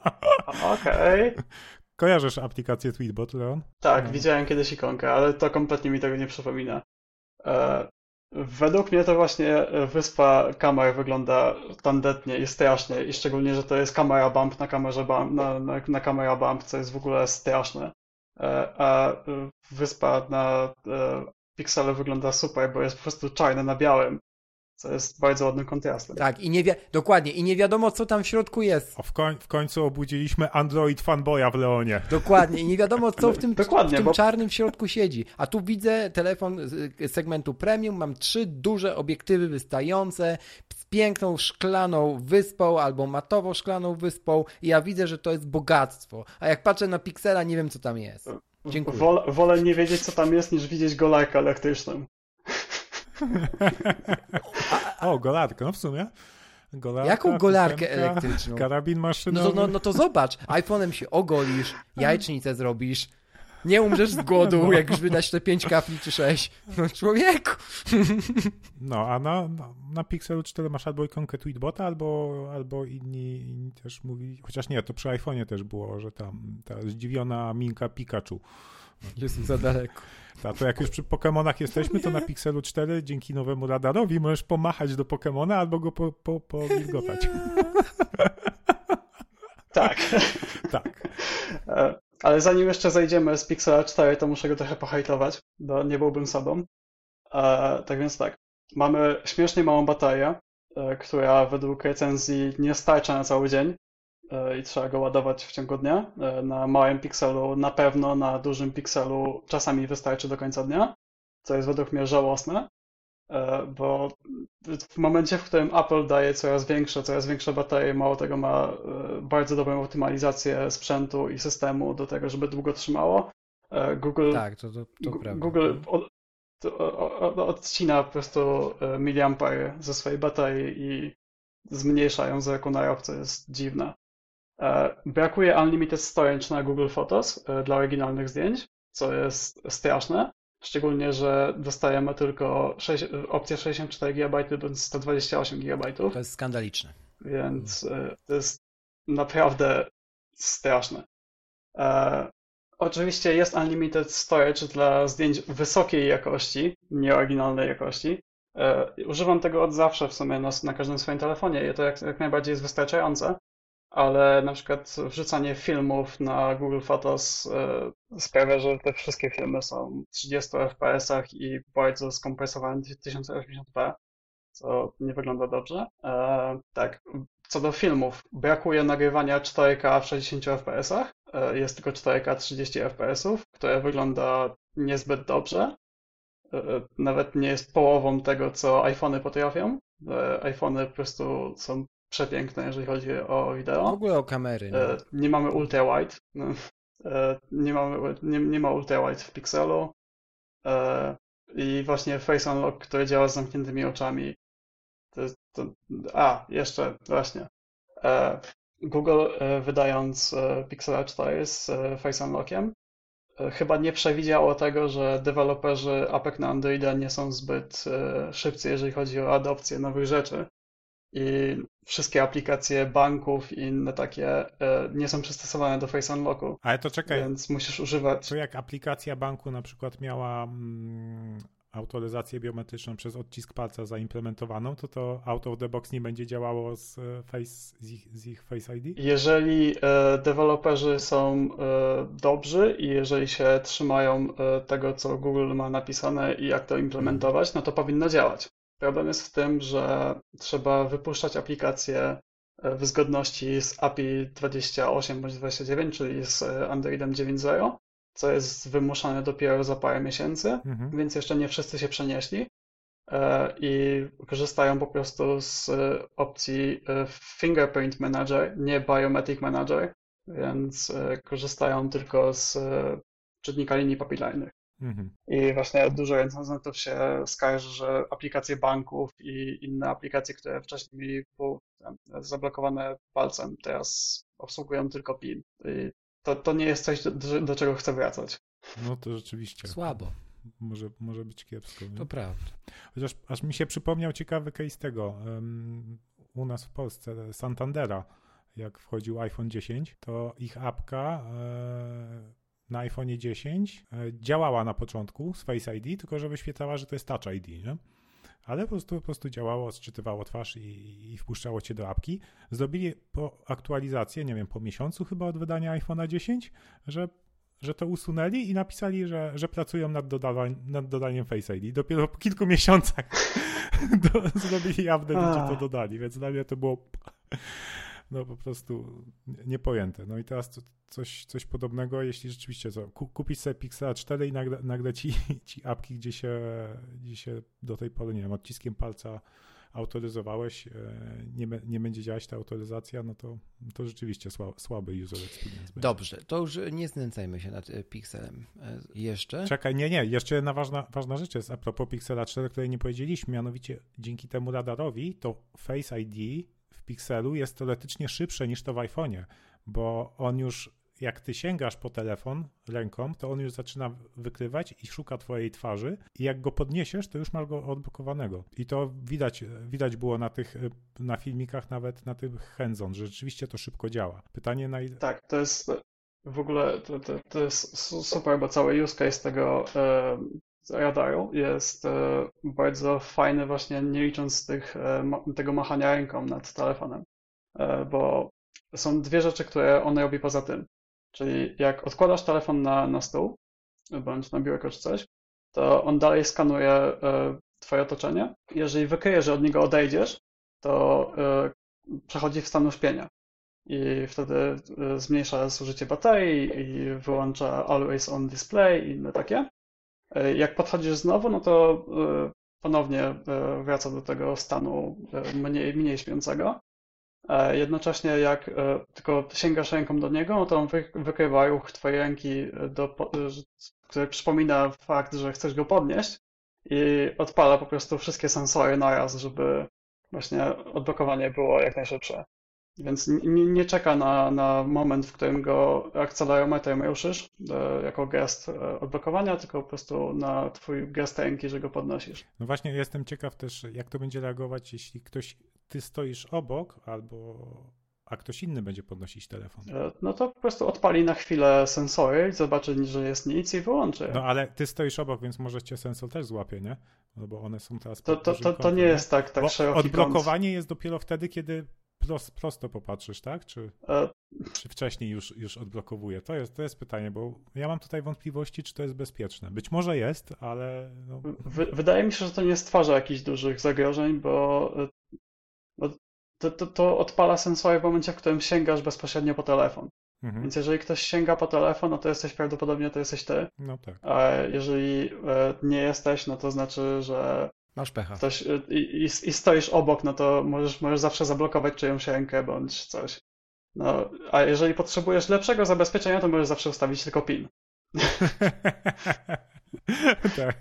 Okej. Kojarzysz aplikację Tweetbot, Leon? Tak, widziałem kiedyś ikonkę, ale to kompletnie mi tego nie przypomina. Według mnie to właśnie wyspa kamer wygląda tandetnie i strasznie i szczególnie, że to jest kamera bump na kamerze na kamera bump, co jest w ogóle straszne. A wyspa na Pixelu wygląda super, bo jest po prostu czarne na białym, co jest bardzo ładnym kontrastem. Tak, dokładnie, i nie wiadomo, co tam w środku jest. W końcu obudziliśmy Android fanboya w Leonie. Dokładnie, i nie wiadomo, co w tym bo... czarnym w środku siedzi. A tu widzę telefon z segmentu premium, mam 3 duże obiektywy wystające, z piękną szklaną wyspą albo matowo szklaną wyspą i ja widzę, że to jest bogactwo. A jak patrzę na Pixela, nie wiem, co tam jest. Dziękuję. Wolę nie wiedzieć, co tam jest, niż widzieć golarkę elektryczną. O, golarkę, no w sumie. Jaką golarkę elektryczną? Karabin maszynowy. No to zobacz, iPhone'em się ogolisz, jajecznicę zrobisz, nie umrzesz z głodu, jak już wydać te 5 kafli czy 6. No człowieku! No, a na Pixelu 4 masz albo ikonkę Tweetbota, albo inni też mówili, chociaż nie, to przy iPhone'ie też było, że tam ta zdziwiona minka Pikachu. Jest za daleko. To jak już przy Pokemonach jesteśmy, to na Pixelu 4 dzięki nowemu radarowi możesz pomachać do Pokemona albo go powilgotać. Tak. Tak. Ale zanim jeszcze zejdziemy z Pixela 4, to muszę go trochę pohejtować, bo nie byłbym sobą. Tak więc tak, mamy śmiesznie małą baterię, która według recenzji nie starcza na cały dzień i trzeba go ładować w ciągu dnia. Na małym Pixelu na pewno, na dużym Pixelu czasami wystarczy do końca dnia, co jest według mnie żałosne, bo w momencie, w którym Apple daje coraz większe baterie, mało tego ma bardzo dobrą optymalizację sprzętu i systemu do tego, żeby długo trzymało. Google, tak, to prawda. Google odcina po prostu miliampery ze swojej baterii i zmniejsza ją z roku na rok, co jest dziwne. Brakuje Unlimited Storage na Google Photos dla oryginalnych zdjęć, co jest straszne. Szczególnie, że dostajemy tylko opcję 64 GB bądź 128 GB. To jest skandaliczne. Więc to jest naprawdę straszne. Oczywiście jest Unlimited Storage dla zdjęć wysokiej jakości, nie oryginalnej jakości. Używam tego od zawsze w sumie na każdym swoim telefonie i to jak najbardziej jest wystarczające, ale na przykład wrzucanie filmów na Google Photos sprawia, że te wszystkie filmy są w 30 fps i bardzo skompresowane w 1080p, co nie wygląda dobrze. Tak, co do filmów, brakuje nagrywania 4K w 60 fps, jest tylko 4K 30 fps, które wygląda niezbyt dobrze. Nawet nie jest połową tego, co iPhony potrafią. iPhony po prostu są przepiękne, jeżeli chodzi o W wideo. ogóle o kamery. No. Nie mamy ultra-wide. No. Nie ma ultra-wide w Pixelu. I właśnie Face Unlock, który działa z zamkniętymi oczami. Jeszcze właśnie. Google wydając Pixela 4 z Face Unlockiem chyba nie przewidziało tego, że deweloperzy apek na Androida nie są zbyt szybcy, jeżeli chodzi o adopcję nowych rzeczy. I wszystkie aplikacje banków i inne takie nie są przystosowane do Face Unlocku. Ale to czekaj, Więc musisz używać. to jak aplikacja banku na przykład miała autoryzację biometryczną przez odcisk palca zaimplementowaną, to out of the box nie będzie działało z ich Face ID? Jeżeli deweloperzy są dobrzy i jeżeli się trzymają tego, co Google ma napisane i jak to implementować, no to powinno działać. Problem jest w tym, że trzeba wypuszczać aplikacje w zgodności z API 28 bądź 29, czyli z Androidem 9.0, co jest wymuszane dopiero za parę miesięcy, więc jeszcze nie wszyscy się przenieśli i korzystają po prostu z opcji Fingerprint Manager, nie Biometric Manager, więc korzystają tylko z czytnika linii papilarnych. I właśnie dużo recenzentów się skarży, że aplikacje banków i inne aplikacje, które wcześniej mieli zablokowane palcem, teraz obsługują tylko PIN. I to nie jest coś, do czego chcę wracać. No to rzeczywiście. Słabo. Może być kiepsko. Nie? To prawda. Chociaż aż mi się przypomniał ciekawy case tego. U nas w Polsce Santandera, jak wchodził iPhone 10, to ich apka na iPhone 10 działała na początku z Face ID, tylko że wyświetlała, że to jest Touch ID, nie? Ale po prostu działało, sczytywało twarz i wpuszczało cię do apki. Zrobili po aktualizację, nie wiem, po miesiącu chyba od wydania iPhone'a 10, że to usunęli i napisali, że pracują nad dodaniem Face ID. Dopiero po kilku miesiącach zrobili update i to dodali, więc dla mnie to było no po prostu niepojęte. No i teraz coś podobnego, jeśli rzeczywiście kupisz sobie Pixela 4 i nagle ci apki, gdzie się do tej pory, nie wiem, odciskiem palca autoryzowałeś, nie będzie działać ta autoryzacja, no to rzeczywiście słaby user experience będzie. Dobrze, to już nie znęcajmy się nad Pixelem. Jeszcze? Czekaj, nie, jeszcze jedna ważna rzecz jest a propos Pixela 4, której nie powiedzieliśmy, mianowicie dzięki temu radarowi to Face ID w Pixelu jest teoretycznie szybsze niż to w iPhone'ie, bo on już, jak ty sięgasz po telefon ręką, to on już zaczyna wykrywać i szuka twojej twarzy i jak go podniesiesz, to już masz go odblokowanego. I to widać było na filmikach, nawet na tym hands-on, że rzeczywiście to szybko działa. Pytanie na ile... Tak, to jest w ogóle, to jest super, bo cały use case tego radaru jest bardzo fajny właśnie nie licząc tego machania ręką nad telefonem, bo są dwie rzeczy, które on robi poza tym. Czyli jak odkładasz telefon na stół, bądź na biurko czy coś, to on dalej skanuje twoje otoczenie. Jeżeli wykryje, że od niego odejdziesz, to przechodzi w stan uśpienia. I wtedy zmniejsza zużycie baterii i wyłącza Always On Display i inne takie. Jak podchodzisz znowu, no to ponownie wraca do tego stanu mniej śpiącego. Jednocześnie jak tylko sięgasz ręką do niego, no to on wykrywa ruch twojej ręki, który przypomina fakt, że chcesz go podnieść i odpala po prostu wszystkie sensory naraz, żeby właśnie odblokowanie było jak najszybsze. Więc nie czeka na moment, w którym go akcelerometrem ruszysz jako gest odblokowania, tylko po prostu na twój gest ręki, że go podnosisz. No właśnie, jestem ciekaw też, jak to będzie reagować, jeśli ty stoisz obok a ktoś inny będzie podnosić telefon. No to po prostu odpali na chwilę sensory, zobaczy, że jest nic i wyłączy je. No ale ty stoisz obok, więc może cię sensor też złapie, nie? No bo one są teraz To nie jest tak bo szeroki odblokowanie kąt. jest dopiero wtedy, kiedy prosto popatrzysz, tak? Czy wcześniej już odblokowuje? To jest pytanie, bo ja mam tutaj wątpliwości, czy to jest bezpieczne. Być może jest, ale... No... Wydaje mi się, że to nie stwarza jakichś dużych zagrożeń, bo to odpala sensory w momencie, w którym sięgasz bezpośrednio po telefon. Więc jeżeli ktoś sięga po telefon, no to prawdopodobnie to jesteś ty. No tak. A jeżeli nie jesteś, no to znaczy, że Masz pecha. ktoś i stoisz obok, no to możesz zawsze zablokować czyjąś rękę bądź coś. No, a jeżeli potrzebujesz lepszego zabezpieczenia, to możesz zawsze ustawić tylko PIN. Tak.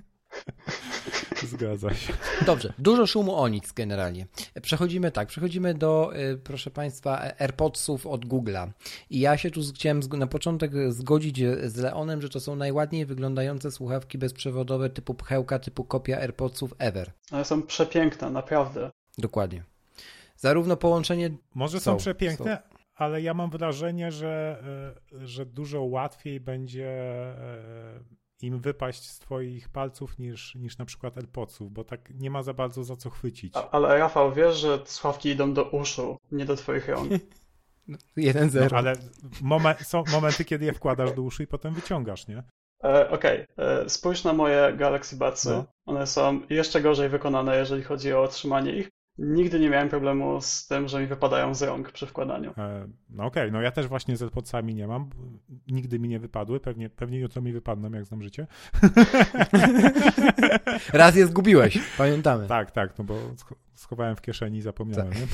Zgadza się. Dobrze, dużo szumu o nic generalnie. Przechodzimy do, proszę Państwa, AirPodsów od Google'a. I ja się tu chciałem na początek zgodzić z Leonem, że to są najładniej wyglądające słuchawki bezprzewodowe typu pchełka, typu kopia AirPodsów ever. One są przepiękne, naprawdę. Dokładnie. Zarówno połączenie... Może są przepiękne, ale ja mam wrażenie, że dużo łatwiej będzie im wypaść z twoich palców niż na przykład AirPodsów, bo tak nie ma za bardzo za co chwycić. Ale Rafał, wiesz, że słuchawki idą do uszu, nie do twoich rąk. 1-0. No, ale są momenty, kiedy je wkładasz do uszu i potem wyciągasz, nie? Okej. Spójrz na moje Galaxy Budsy. No. One są jeszcze gorzej wykonane, jeżeli chodzi o trzymanie ich. Nigdy nie miałem problemu z tym, że mi wypadają z rąk przy wkładaniu. No okej, no ja też właśnie z AirPodsami nie mam. Nigdy mi nie wypadły, pewnie jutro mi wypadną, jak znam życie. Raz je zgubiłeś, pamiętamy. Tak, no bo schowałem w kieszeni i zapomniałem. Tak. Nie?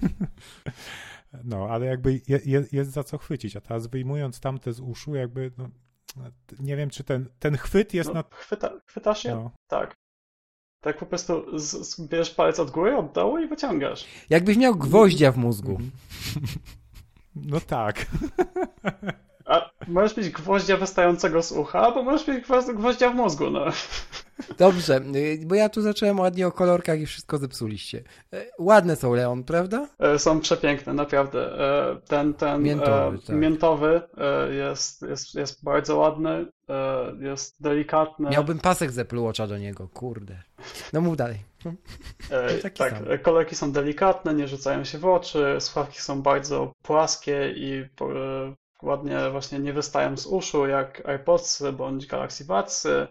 No, ale jakby jest za co chwycić, a teraz wyjmując tamte z uszu, jakby no, nie wiem, czy ten chwyt jest na... Chwytasz je? No. Tak. Tak po prostu bierzesz palec od góry, od dołu i wyciągasz. Jakbyś miał gwoździa w mózgu. No tak. A możesz mieć gwoździa wystającego z ucha, albo możesz mieć gwoździa w mózgu, no. Dobrze, bo ja tu zacząłem ładnie o kolorkach i wszystko zepsuliście. Ładne są, Leon, prawda? Są przepiękne, naprawdę. Ten miętowy jest bardzo ładny, jest delikatny. Miałbym pasek z Apple Watcha do niego, kurde. No mów dalej. Tak, kolorki są delikatne, nie rzucają się w oczy, słuchawki są bardzo płaskie i ładnie właśnie nie wystają z uszu, jak AirPodsy bądź Galaxy Budsy.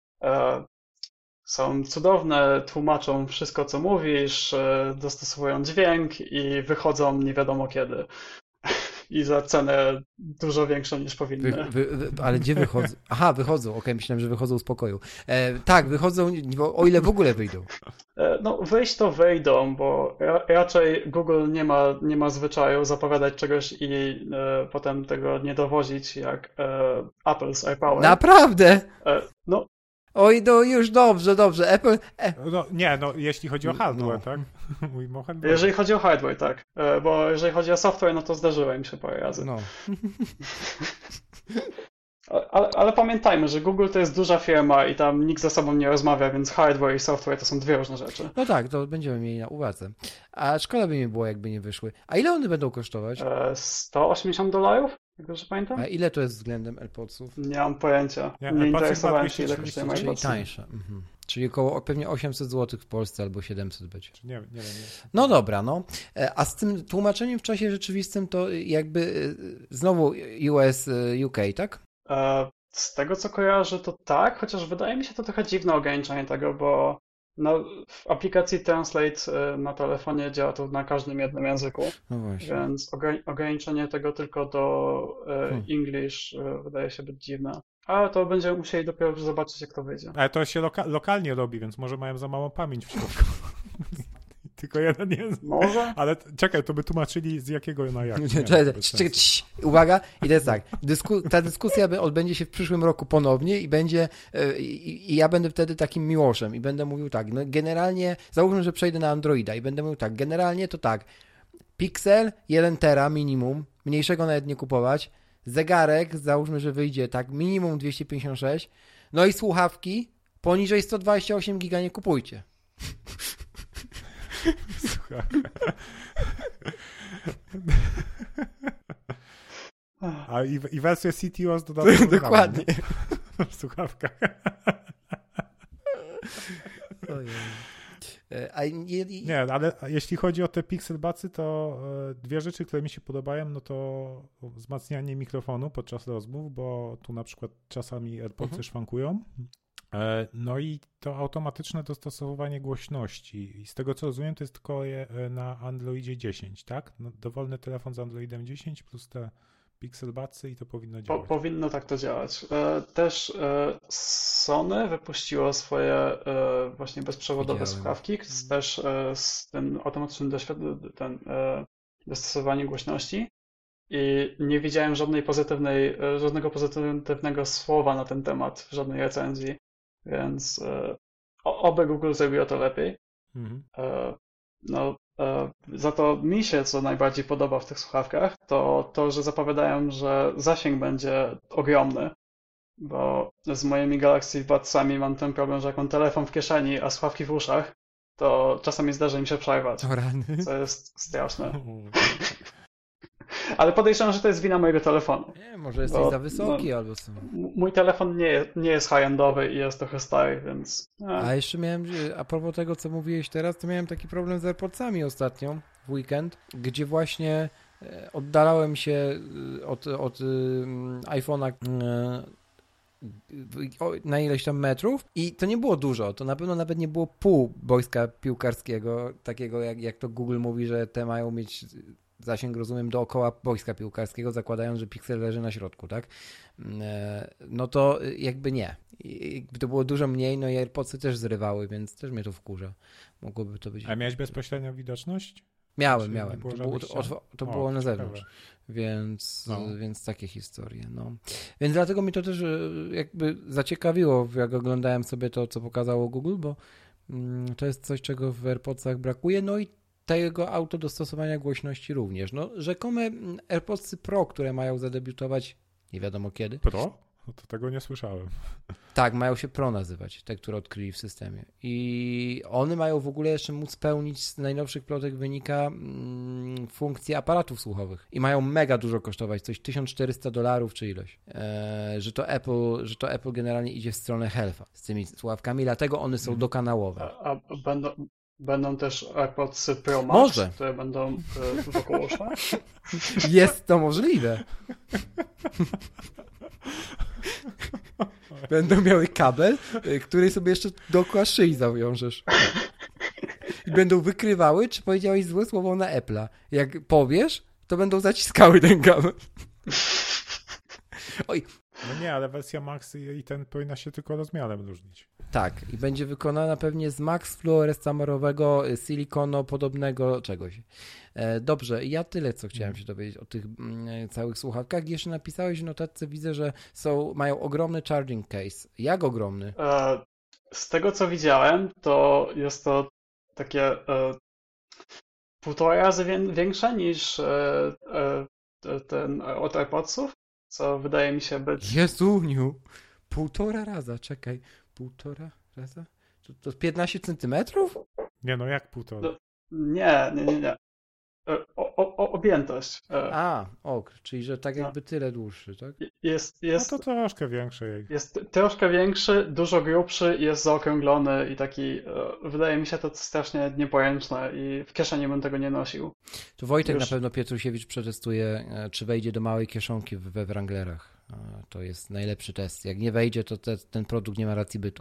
Są cudowne, tłumaczą wszystko, co mówisz, dostosowują dźwięk i wychodzą nie wiadomo kiedy. I za cenę dużo większą niż powinny. Ale gdzie wychodzą? Aha, wychodzą. Okej, myślałem, że wychodzą z pokoju. Tak, wychodzą, o ile w ogóle wyjdą. No wyjść to wyjdą, bo raczej Google nie ma zwyczaju zapowiadać czegoś i potem tego nie dowozić jak Apple z iPower. Naprawdę? No. Oj, no już dobrze. Apple... No, jeśli chodzi o hardware, tak? Jeżeli chodzi o hardware, tak. Bo jeżeli chodzi o software, no to zdarzyło mi się parę razy. No. Ale pamiętajmy, że Google to jest duża firma i tam nikt ze sobą nie rozmawia, więc hardware i software to są dwie różne rzeczy. No tak, to będziemy mieli na uwadze. A szkoda by mi było, jakby nie wyszły. A ile one będą kosztować? $180, jak dobrze pamiętam. A ile to jest względem AirPodsów? Nie mam pojęcia. Nie interesowałem się, ile kosztują AirPodsy. Czyli tańsze. Mhm. Czyli około pewnie 800 zł w Polsce albo 700 będzie. Nie wiem. No dobra, no. A z tym tłumaczeniem w czasie rzeczywistym to jakby znowu US, UK, tak? Z tego co kojarzę to tak, chociaż wydaje mi się to trochę dziwne ograniczenie tego, bo w aplikacji Translate na telefonie działa to na każdym jednym języku, no właśnie. Więc ograniczenie tego tylko do English wydaje się być dziwne. Ale to będziemy musieli dopiero zobaczyć, jak to wyjdzie. Ale to się lokalnie robi, więc może mają za małą pamięć w środku. Tylko jeden język. Może? Ale czekaj, to by tłumaczyli z jakiego na jak. Uwaga, i to jest tak. Ta dyskusja odbędzie się w przyszłym roku ponownie i będzie i ja będę wtedy takim Miłoszem i będę mówił tak, no generalnie, załóżmy, że przejdę na Androida i będę mówił tak, generalnie to tak, Pixel 1 tera minimum, mniejszego nawet nie kupować, zegarek, załóżmy, że wyjdzie tak, minimum 256, no i słuchawki poniżej 128 giga nie kupujcie. I wersję CTOS dodatkowo Dokładnie. w słuchawkach. Nie, ale jeśli chodzi o te Pixelbudsy, to dwie rzeczy, które mi się podobają, no to wzmacnianie mikrofonu podczas rozmów, bo tu na przykład czasami AirPodsy szwankują. No i to automatyczne dostosowywanie głośności. I z tego co rozumiem, to jest tylko na Androidzie 10, tak? No, dowolny telefon z Androidem 10 plus te Pixelbudsy i to powinno działać. Powinno tak to działać. Też Sony wypuściło swoje właśnie bezprzewodowe słuchawki, też z tym automatycznym dostosowaniem głośności i nie widziałem żadnego pozytywnego słowa na ten temat w żadnej recenzji, więc oby Google zrobiło to lepiej. Za to mi się co najbardziej podoba w tych słuchawkach, to, że zapowiadają, że zasięg będzie ogromny, bo z moimi Galaxy Budsami mam ten problem, że jak mam telefon w kieszeni, a słuchawki w uszach, to czasami zdarza mi się przerwać, co jest straszne. Ale podejrzewam, że to jest wina mojego telefonu. Nie, może jesteś za wysoki albo co. Mój telefon nie jest high-endowy i jest trochę stary, więc... A jeszcze miałem, a propos tego, co mówiłeś teraz, to miałem taki problem z AirPodsami ostatnio, w weekend, gdzie właśnie oddalałem się od iPhone'a na ileś tam metrów i to nie było dużo, to na pewno nawet nie było pół boiska piłkarskiego, takiego jak to Google mówi, że te mają mieć zasięg, rozumiem, dookoła boiska piłkarskiego, zakładając, że piksel leży na środku, tak? No to jakby nie. To było dużo mniej, no i AirPodsy też zrywały, więc też mnie to wkurza. Mogłoby to być... A miałeś bezpośrednią widoczność? Miałem. To było na zewnątrz. Ciekawe. Więc takie historie. No. Więc dlatego mi to też jakby zaciekawiło, jak oglądałem sobie to, co pokazało Google, bo to jest coś, czego w AirPodsach brakuje. No i tego autodostosowania głośności również. No, rzekome AirPodsy Pro, które mają zadebiutować nie wiadomo kiedy. Pro? No to tego nie słyszałem. Tak, mają się Pro nazywać, te, które odkryli w systemie. I one mają w ogóle jeszcze móc spełnić, z najnowszych plotek wynika, funkcje aparatów słuchowych. I mają mega dużo kosztować, coś $1400 czy ileś. Że to Apple generalnie idzie w stronę health'a z tymi słuchawkami, dlatego one są dokanałowe. A będą też AirPodsy Pro Max, Może. które będą wokół usza? Jest to możliwe. Będą miały kabel, który sobie jeszcze dookoła szyi zawiążesz. I będą wykrywały, czy powiedziałeś złe słowo na Apple'a. Jak powiesz, to będą zaciskały ten kabel. Oj. No nie, ale wersja Max i ten powinna się tylko rozmiarem różnić. Tak, i będzie wykonana pewnie z Max fluorescemerowego, silikono-podobnego czegoś. Dobrze, ja tyle, co chciałem się dowiedzieć o tych całych słuchawkach. Jeszcze napisałeś w notatce, widzę, że mają ogromny charging case. Jak ogromny? Z tego, co widziałem, to jest to takie 1,5 razy większe niż ten od AirPodsów, co wydaje mi się być... Jezuniu! 1,5 raza, czekaj. 1,5 raza? To 15 centymetrów? Nie, no jak 1,5? No, nie. Objętość. Czyli że tak jakby tyle dłuższy, tak? No to troszkę większy. Jest troszkę większy, dużo grubszy, jest zaokrąglony i taki, wydaje mi się to strasznie nieporęczne i w kieszeni bym tego nie nosił. To Wojtek na pewno Pietrusiewicz przetestuje, czy wejdzie do małej kieszonki we Wranglerach. To jest najlepszy test. Jak nie wejdzie, to ten produkt nie ma racji bytu.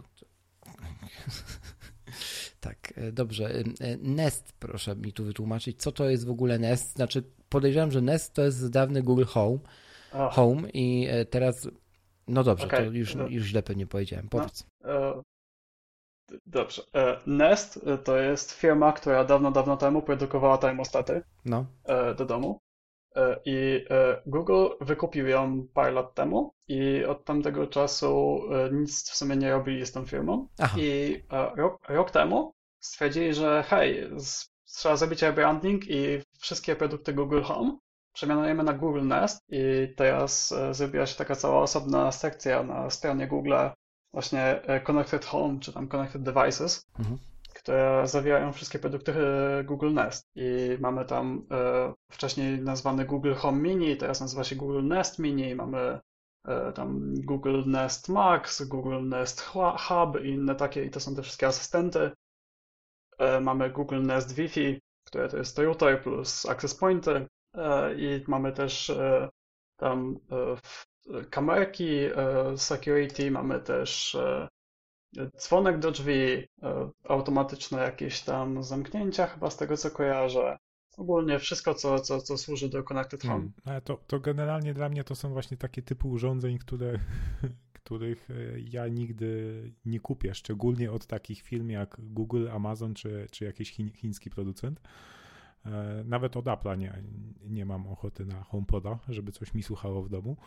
Tak, dobrze. Nest, proszę mi tu wytłumaczyć, co to jest w ogóle Nest? Znaczy, podejrzewam, że Nest to jest dawny Google Home i teraz, no dobrze, okay. To już źle pewnie powiedziałem. Powiedz. Dobrze. Nest to jest firma, która dawno temu produkowała termostaty do domu. I Google wykupił ją parę lat temu i od tamtego czasu nic w sumie nie robili z tą firmą. Aha. I rok temu stwierdzili, że hej, trzeba zrobić rebranding i wszystkie produkty Google Home przemianujemy na Google Nest i teraz zrobiła się taka cała osobna sekcja na stronie Google właśnie Connected Home czy tam Connected Devices, które zawierają wszystkie produkty Google Nest. I mamy tam wcześniej nazwany Google Home Mini, teraz nazywa się Google Nest Mini, mamy tam Google Nest Max, Google Nest Hub i inne takie, i to są te wszystkie asystenty. Mamy Google Nest Wi-Fi, które to jest router plus access pointy, i mamy też tam kamerki, security, mamy też dzwonek do drzwi, automatyczne jakieś tam zamknięcia, chyba z tego co kojarzę. Ogólnie wszystko, co służy do Connected Home. To generalnie dla mnie to są właśnie takie typy urządzeń, których ja nigdy nie kupię, szczególnie od takich firm jak Google, Amazon czy jakiś chiński producent. Nawet od Apple'a nie mam ochoty na HomePoda, żeby coś mi słuchało w domu.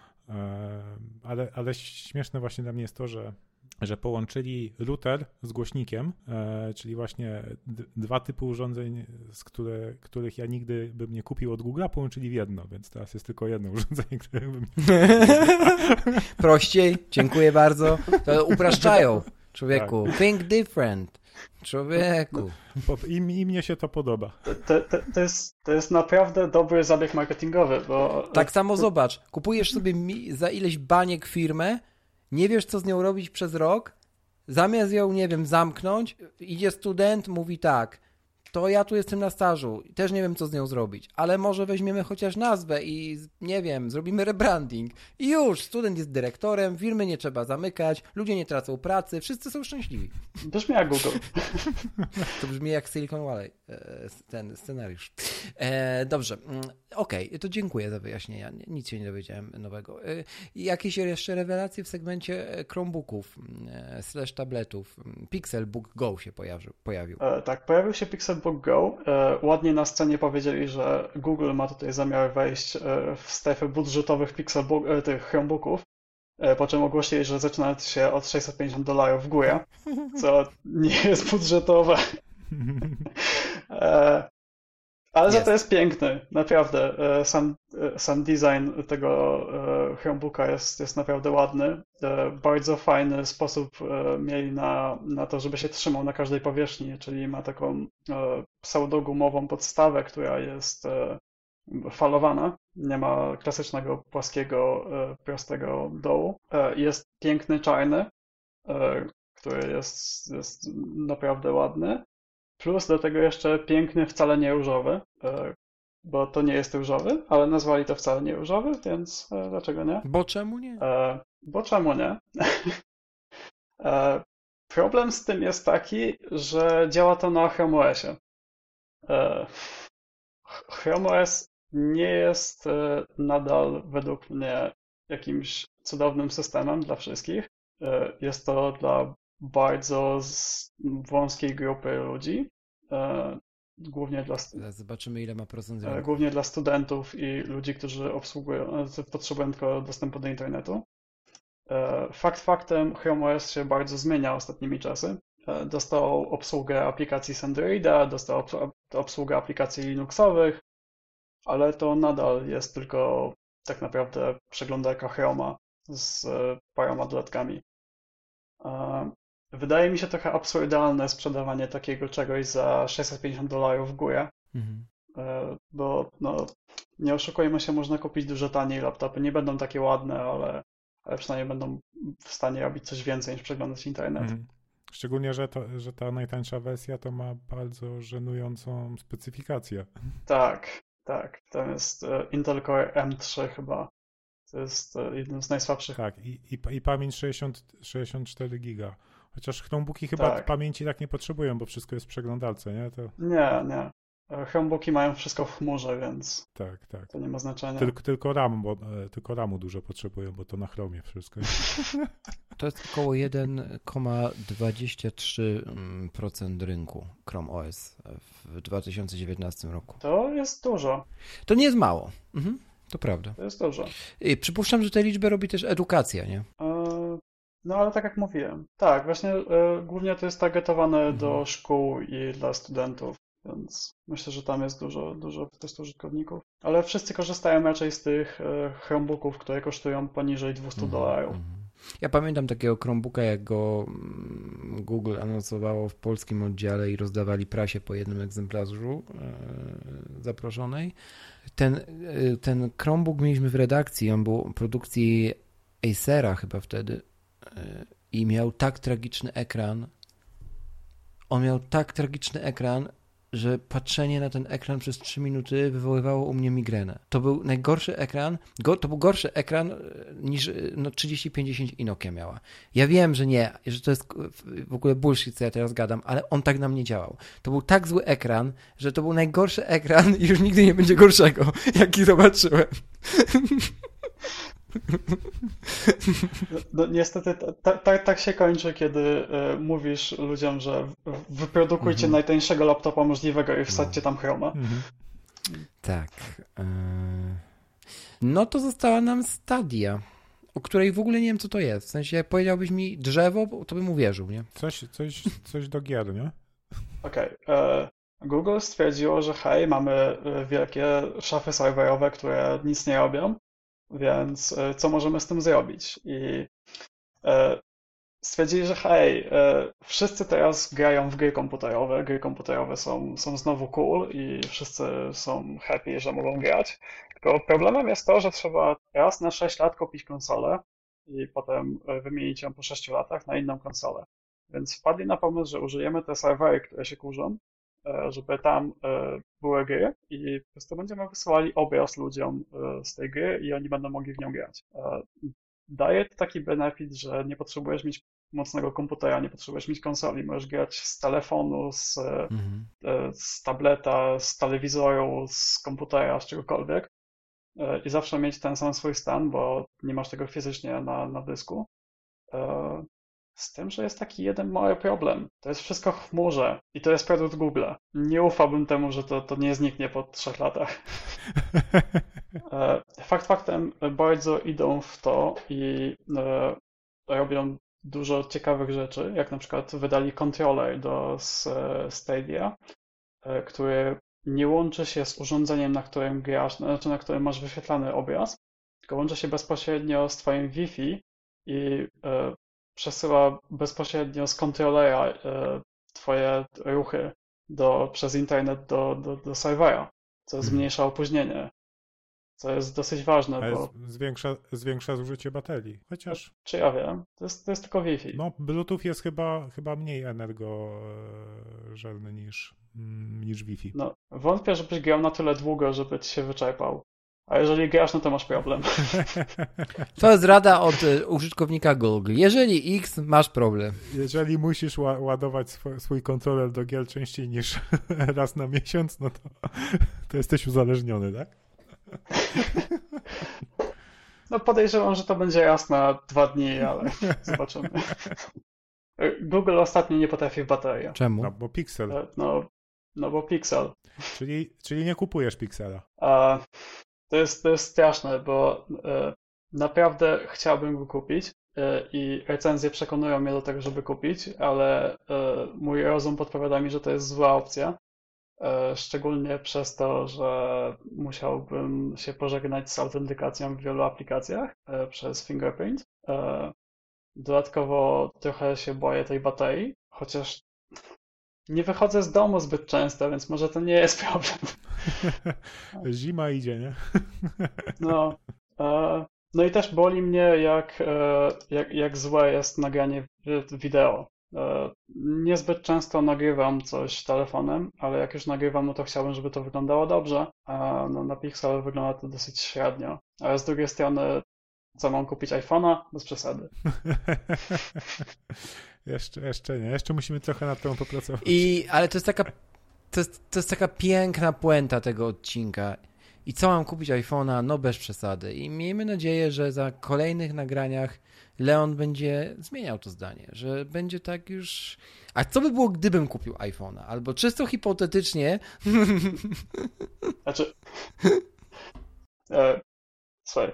Ale śmieszne właśnie dla mnie jest to, że połączyli router z głośnikiem, czyli właśnie dwa typy urządzeń, których ja nigdy bym nie kupił od Google'a, połączyli w jedno, więc teraz jest tylko jedno urządzenie, które bym Prościej, dziękuję bardzo. To upraszczają, człowieku. Tak. Think different, człowieku. I mnie się to podoba. To jest naprawdę dobry zabieg marketingowy, bo... Tak samo zobacz, kupujesz sobie za ileś baniek firmę, nie wiesz, co z nią robić przez rok, zamiast ją, nie wiem, zamknąć, idzie student, mówi tak, to ja tu jestem na stażu, też nie wiem, co z nią zrobić, ale może weźmiemy chociaż nazwę i, nie wiem, zrobimy rebranding. I już, student jest dyrektorem, firmy nie trzeba zamykać, ludzie nie tracą pracy, wszyscy są szczęśliwi. Brzmi jak Google. To brzmi jak Silicon Valley, ten scenariusz. Dobrze, okej, to dziękuję za wyjaśnienia, nic się nie dowiedziałem nowego. Jakieś jeszcze rewelacje w segmencie Chromebooków / tabletów? Pixelbook Go się pojawił. Tak, pojawił się Pixelbook Go. Ładnie na scenie powiedzieli, że Google ma tutaj zamiar wejść w strefę budżetowych tych Chromebooków, po czym ogłosili, że zaczyna się od $650 w górę, co nie jest budżetowe. Ale za to jest piękny, naprawdę. Sam design tego Chromebooka jest naprawdę ładny. Bardzo fajny sposób mieli na to, żeby się trzymał na każdej powierzchni, czyli ma taką pseudogumową podstawę, która jest falowana. Nie ma klasycznego płaskiego, prostego dołu. Jest piękny czarny, który jest naprawdę ładny. Plus do tego jeszcze piękny, wcale nie różowy, bo to nie jest różowy, ale nazwali to wcale nie różowy, więc dlaczego nie? Bo czemu nie? Bo czemu nie? Problem z tym jest taki, że działa to na Chrome OS-ie. Chrome OS nie jest nadal według mnie jakimś cudownym systemem dla wszystkich. Jest to dla bardzo wąskiej grupy ludzi, głównie zobaczymy, ile ma procent głównie dla studentów i ludzi, którzy potrzebują tylko dostępu do internetu. Fakt faktem, Chrome OS się bardzo zmienia ostatnimi czasy. Dostał obsługę aplikacji z Androida, dostał obsługę aplikacji Linuxowych, ale to nadal jest tylko tak naprawdę przeglądarka Chroma z paroma dodatkami. Wydaje mi się trochę absurdalne sprzedawanie takiego czegoś za $650 w górę, bo no, nie oszukujmy się, można kupić dużo taniej laptopy. Nie będą takie ładne, ale przynajmniej będą w stanie robić coś więcej niż przeglądać internet. Szczególnie, że ta najtańsza wersja to ma bardzo żenującą specyfikację. Tak. Tam jest Intel Core M3 chyba. To jest jeden z najsłabszych. Tak, i pamięć 64 giga. Chociaż Chromebooki chyba pamięci tak nie potrzebują, bo wszystko jest w przeglądarce, nie? Nie. Chromebooki mają wszystko w chmurze, więc tak. To nie ma znaczenia. Tylko RAM, tylko RAMu dużo potrzebują, bo to na Chromie wszystko jest. To jest około 1,23% rynku Chrome OS w 2019 roku. To jest dużo. To nie jest mało. To prawda. To jest dużo. I przypuszczam, że tę liczbę robi też edukacja, nie? No ale tak jak mówiłem. Tak, właśnie głównie to jest targetowane do szkół i dla studentów, więc myślę, że tam jest dużo po prostu użytkowników. Ale wszyscy korzystają raczej z tych Chromebooków, które kosztują poniżej $200. Ja pamiętam takiego Chromebooka, jak go Google anonsowało w polskim oddziale i rozdawali prasie po jednym egzemplarzu zaproszonej. Ten Chromebook mieliśmy w redakcji, on był produkcji Acera chyba wtedy i miał tak tragiczny ekran. On miał tak tragiczny ekran, że patrzenie na ten ekran przez 3 minuty wywoływało u mnie migrenę. To był najgorszy ekran, to był gorszy ekran niż 3050 i Nokia miała. Ja wiem, że nie, że to jest w ogóle bullshit, co ja teraz gadam, ale on tak na mnie działał. To był tak zły ekran, że to był najgorszy ekran i już nigdy nie będzie gorszego, jaki zobaczyłem. No, niestety tak się kończy, kiedy mówisz ludziom, że wyprodukujcie najtańszego laptopa możliwego i wsadźcie tam Chroma. Tak. No to została nam Stadia, o której w ogóle nie wiem, co to jest. W sensie, jak powiedziałbyś mi drzewo, to bym uwierzył, nie? Coś do gier, nie? Okej. Google stwierdziło, że hej, mamy wielkie szafy serwerowe, które nic nie robią, więc co możemy z tym zrobić? I stwierdzili, że hej, wszyscy teraz grają w gry komputerowe. Gry komputerowe są znowu cool i wszyscy są happy, że mogą grać. Tylko problemem jest to, że trzeba raz na 6 lat kupić konsolę i potem wymienić ją po 6 latach na inną konsolę. Więc wpadli na pomysł, że użyjemy te serwery, które się kurzą, żeby tam były gry i po prostu będziemy wysyłali obraz ludziom z tej gry i oni będą mogli w nią grać. Daje to taki benefit, że nie potrzebujesz mieć mocnego komputera, nie potrzebujesz mieć konsoli, możesz grać z telefonu, z tableta, z telewizoru, z komputera, z czegokolwiek i zawsze mieć ten sam swój stan, bo nie masz tego fizycznie na dysku. Z tym, że jest taki jeden mały problem. To jest wszystko w chmurze i to jest produkt Google. Nie ufałbym temu, że to nie zniknie po 3 latach. Fakt faktem bardzo idą w to i robią dużo ciekawych rzeczy, jak na przykład wydali controller do Stadia, który nie łączy się z urządzeniem, na którym grasz, znaczy na którym masz wyświetlany obraz, tylko łączy się bezpośrednio z twoim Wi-Fi i przesyła bezpośrednio z kontrolera twoje ruchy przez internet do serwera, co zmniejsza opóźnienie, co jest dosyć ważne, bo zwiększa zużycie baterii, chociaż... Czy ja wiem, to jest tylko Wi-Fi. No, Bluetooth jest chyba mniej energożerny niż Wi-Fi. No, wątpię, żebyś grał na tyle długo, żeby ci się wyczerpał. A jeżeli grasz, no to masz problem. To jest rada od użytkownika Google. Jeżeli X, masz problem. Jeżeli musisz ładować swój kontroler do gier częściej niż raz na miesiąc, no to jesteś uzależniony, tak? No podejrzewam, że to będzie raz na 2 dni, ale zobaczymy. Google ostatnio nie potrafi w baterię. Czemu? No, bo Pixel. No bo Pixel. Czyli nie kupujesz Pixela. To jest straszne, bo naprawdę chciałbym go kupić i recenzje przekonują mnie do tego, żeby kupić, ale mój rozum podpowiada mi, że to jest zła opcja. Szczególnie przez to, że musiałbym się pożegnać z autentykacją w wielu aplikacjach przez fingerprint. Dodatkowo trochę się boję tej baterii, chociaż nie wychodzę z domu zbyt często, więc może to nie jest problem. Zima idzie, nie? No i też boli mnie, jak złe jest nagranie wideo. Niezbyt często nagrywam coś telefonem, ale jak już nagrywam, no to chciałbym, żeby to wyglądało dobrze, a no, na Pixel wygląda to dosyć średnio. Ale z drugiej strony, co mam kupić iPhone'a? Bez przesady. Jeszcze nie. Jeszcze musimy trochę nad tym popracować. Ale to jest taka piękna puenta tego odcinka. I co mam kupić iPhone'a? No bez przesady. I miejmy nadzieję, że za kolejnych nagraniach Leon będzie zmieniał to zdanie, że będzie tak już... A co by było, gdybym kupił iPhone'a? Albo czysto hipotetycznie... Znaczy... Słuchaj...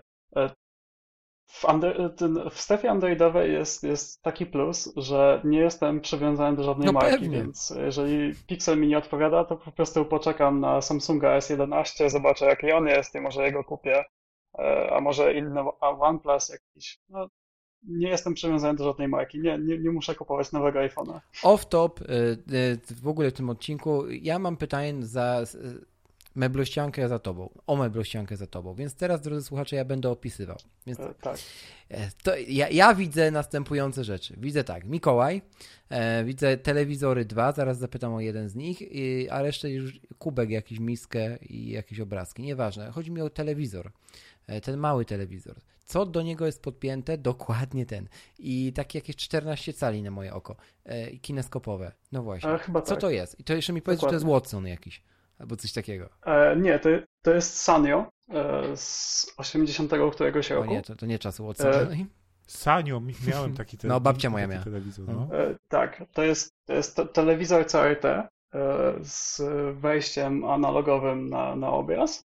W strefie androidowej jest taki plus, że nie jestem przywiązany do żadnej marki, pewnie. Więc jeżeli Pixel mi nie odpowiada, to po prostu poczekam na Samsunga S11, zobaczę jaki on jest i może jego kupię, a może inny OnePlus jakiś. No, nie jestem przywiązany do żadnej marki, nie muszę kupować nowego iPhone'a. Off-top, w ogóle w tym odcinku, ja mam pytanie za meblościankę za tobą, o meblościankę za tobą, więc teraz, drodzy słuchacze, ja będę opisywał. Więc Tak. to ja widzę następujące rzeczy. Widzę tak, Mikołaj, widzę telewizory 2, zaraz zapytam o jeden z nich, a resztę już kubek, jakiś miskę i jakieś obrazki, nieważne. Chodzi mi o telewizor, ten mały telewizor. Co do niego jest podpięte? Dokładnie ten. I takie jakieś 14 cali na moje oko. Kineskopowe. No właśnie. Chyba Co tak. to jest? I to jeszcze mi powiedz, że to jest Watson jakiś. Albo coś takiego. Nie, to jest Sanyo z 80 któregoś O roku. nie, to nie czasu Watsona. Sanio, miałem taki telewizor. No, babcia moja miała. Telewizor, Tak, to jest telewizor CRT z wejściem analogowym na obraz.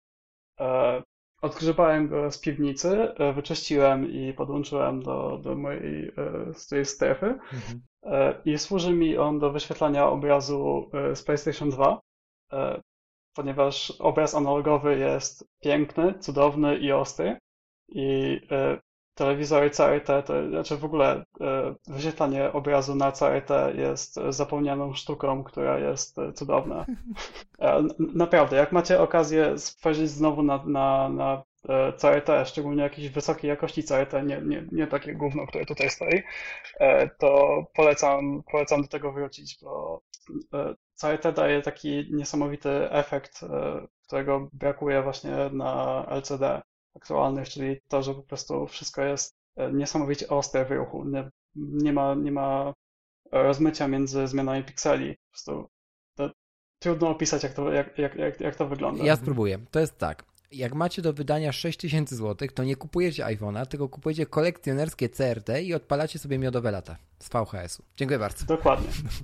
Odgrzebałem go z piwnicy, wyczyściłem i podłączyłem do mojej tej strefy. Mhm. I służy mi on do wyświetlania obrazu z PlayStation 2, ponieważ obraz analogowy jest piękny, cudowny i ostry. I telewizory CRT, to znaczy w ogóle wyświetlanie obrazu na CRT jest zapomnianą sztuką, która jest cudowna. Naprawdę, jak macie okazję spojrzeć znowu na CRT, szczególnie jakiejś wysokiej jakości CRT, nie takie gówno, które tutaj stoi, to polecam do tego wrócić, bo CRT daje taki niesamowity efekt, którego brakuje właśnie na LCD aktualnych, czyli to, że po prostu wszystko jest niesamowicie ostre w ruchu. Nie ma rozmycia między zmianami pikseli. Po prostu trudno opisać, jak to wygląda. Ja spróbuję. To jest tak. Jak macie do wydania 6000 zł, to nie kupujecie iPhone'a, tylko kupujecie kolekcjonerskie CRT i odpalacie sobie miodowe lata z VHS-u. Dziękuję bardzo. Dokładnie.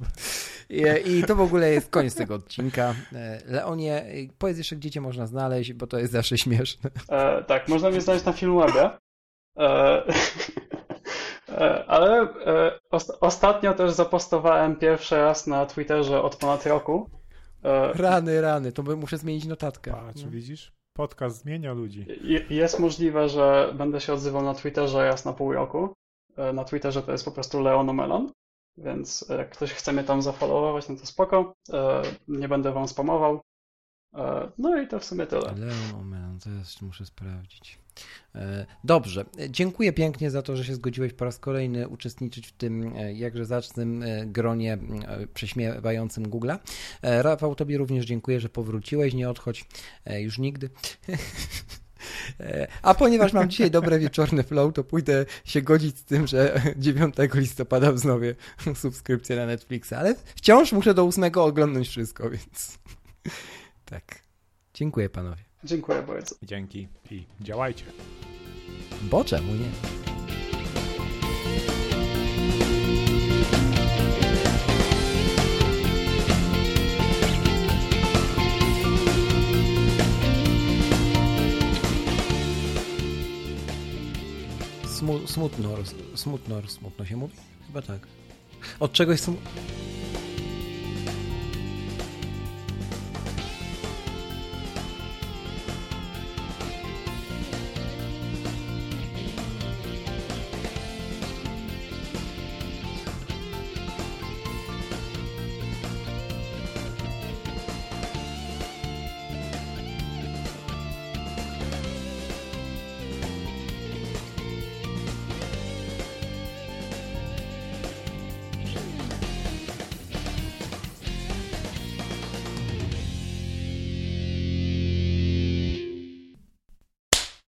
I to w ogóle jest koniec tego odcinka. Leonie, powiedz jeszcze, gdzie cię można znaleźć, bo to jest zawsze śmieszne. Tak, można mnie znaleźć na Filmwebie. Ale ostatnio też zapostowałem pierwszy raz na Twitterze od ponad roku. Rany, to muszę zmienić notatkę. Patrz, widzisz? Podcast zmienia ludzi. Jest możliwe, że będę się odzywał na Twitterze raz na pół roku. Na Twitterze to jest po prostu Leonomelon, więc jak ktoś chce mnie tam zafollowować, no to spoko. Nie będę wam spamował. No i to w sumie tyle. Leonomelon, to jeszcze muszę sprawdzić. Dobrze, dziękuję pięknie za to, że się zgodziłeś po raz kolejny uczestniczyć w tym jakże zacnym gronie prześmiewającym Google'a. Rafał, tobie również dziękuję, że powróciłeś, nie odchodź już nigdy. A ponieważ mam dzisiaj dobre wieczorne flow, to pójdę się godzić z tym, że 9 listopada wznowię subskrypcję na Netflixa, ale wciąż muszę do 8 oglądać wszystko, więc tak. Dziękuję panowie. Dziękuję bardzo. Dzięki i działajcie. Bo czemu nie? Smutno się mówi? Chyba tak. Od czegoś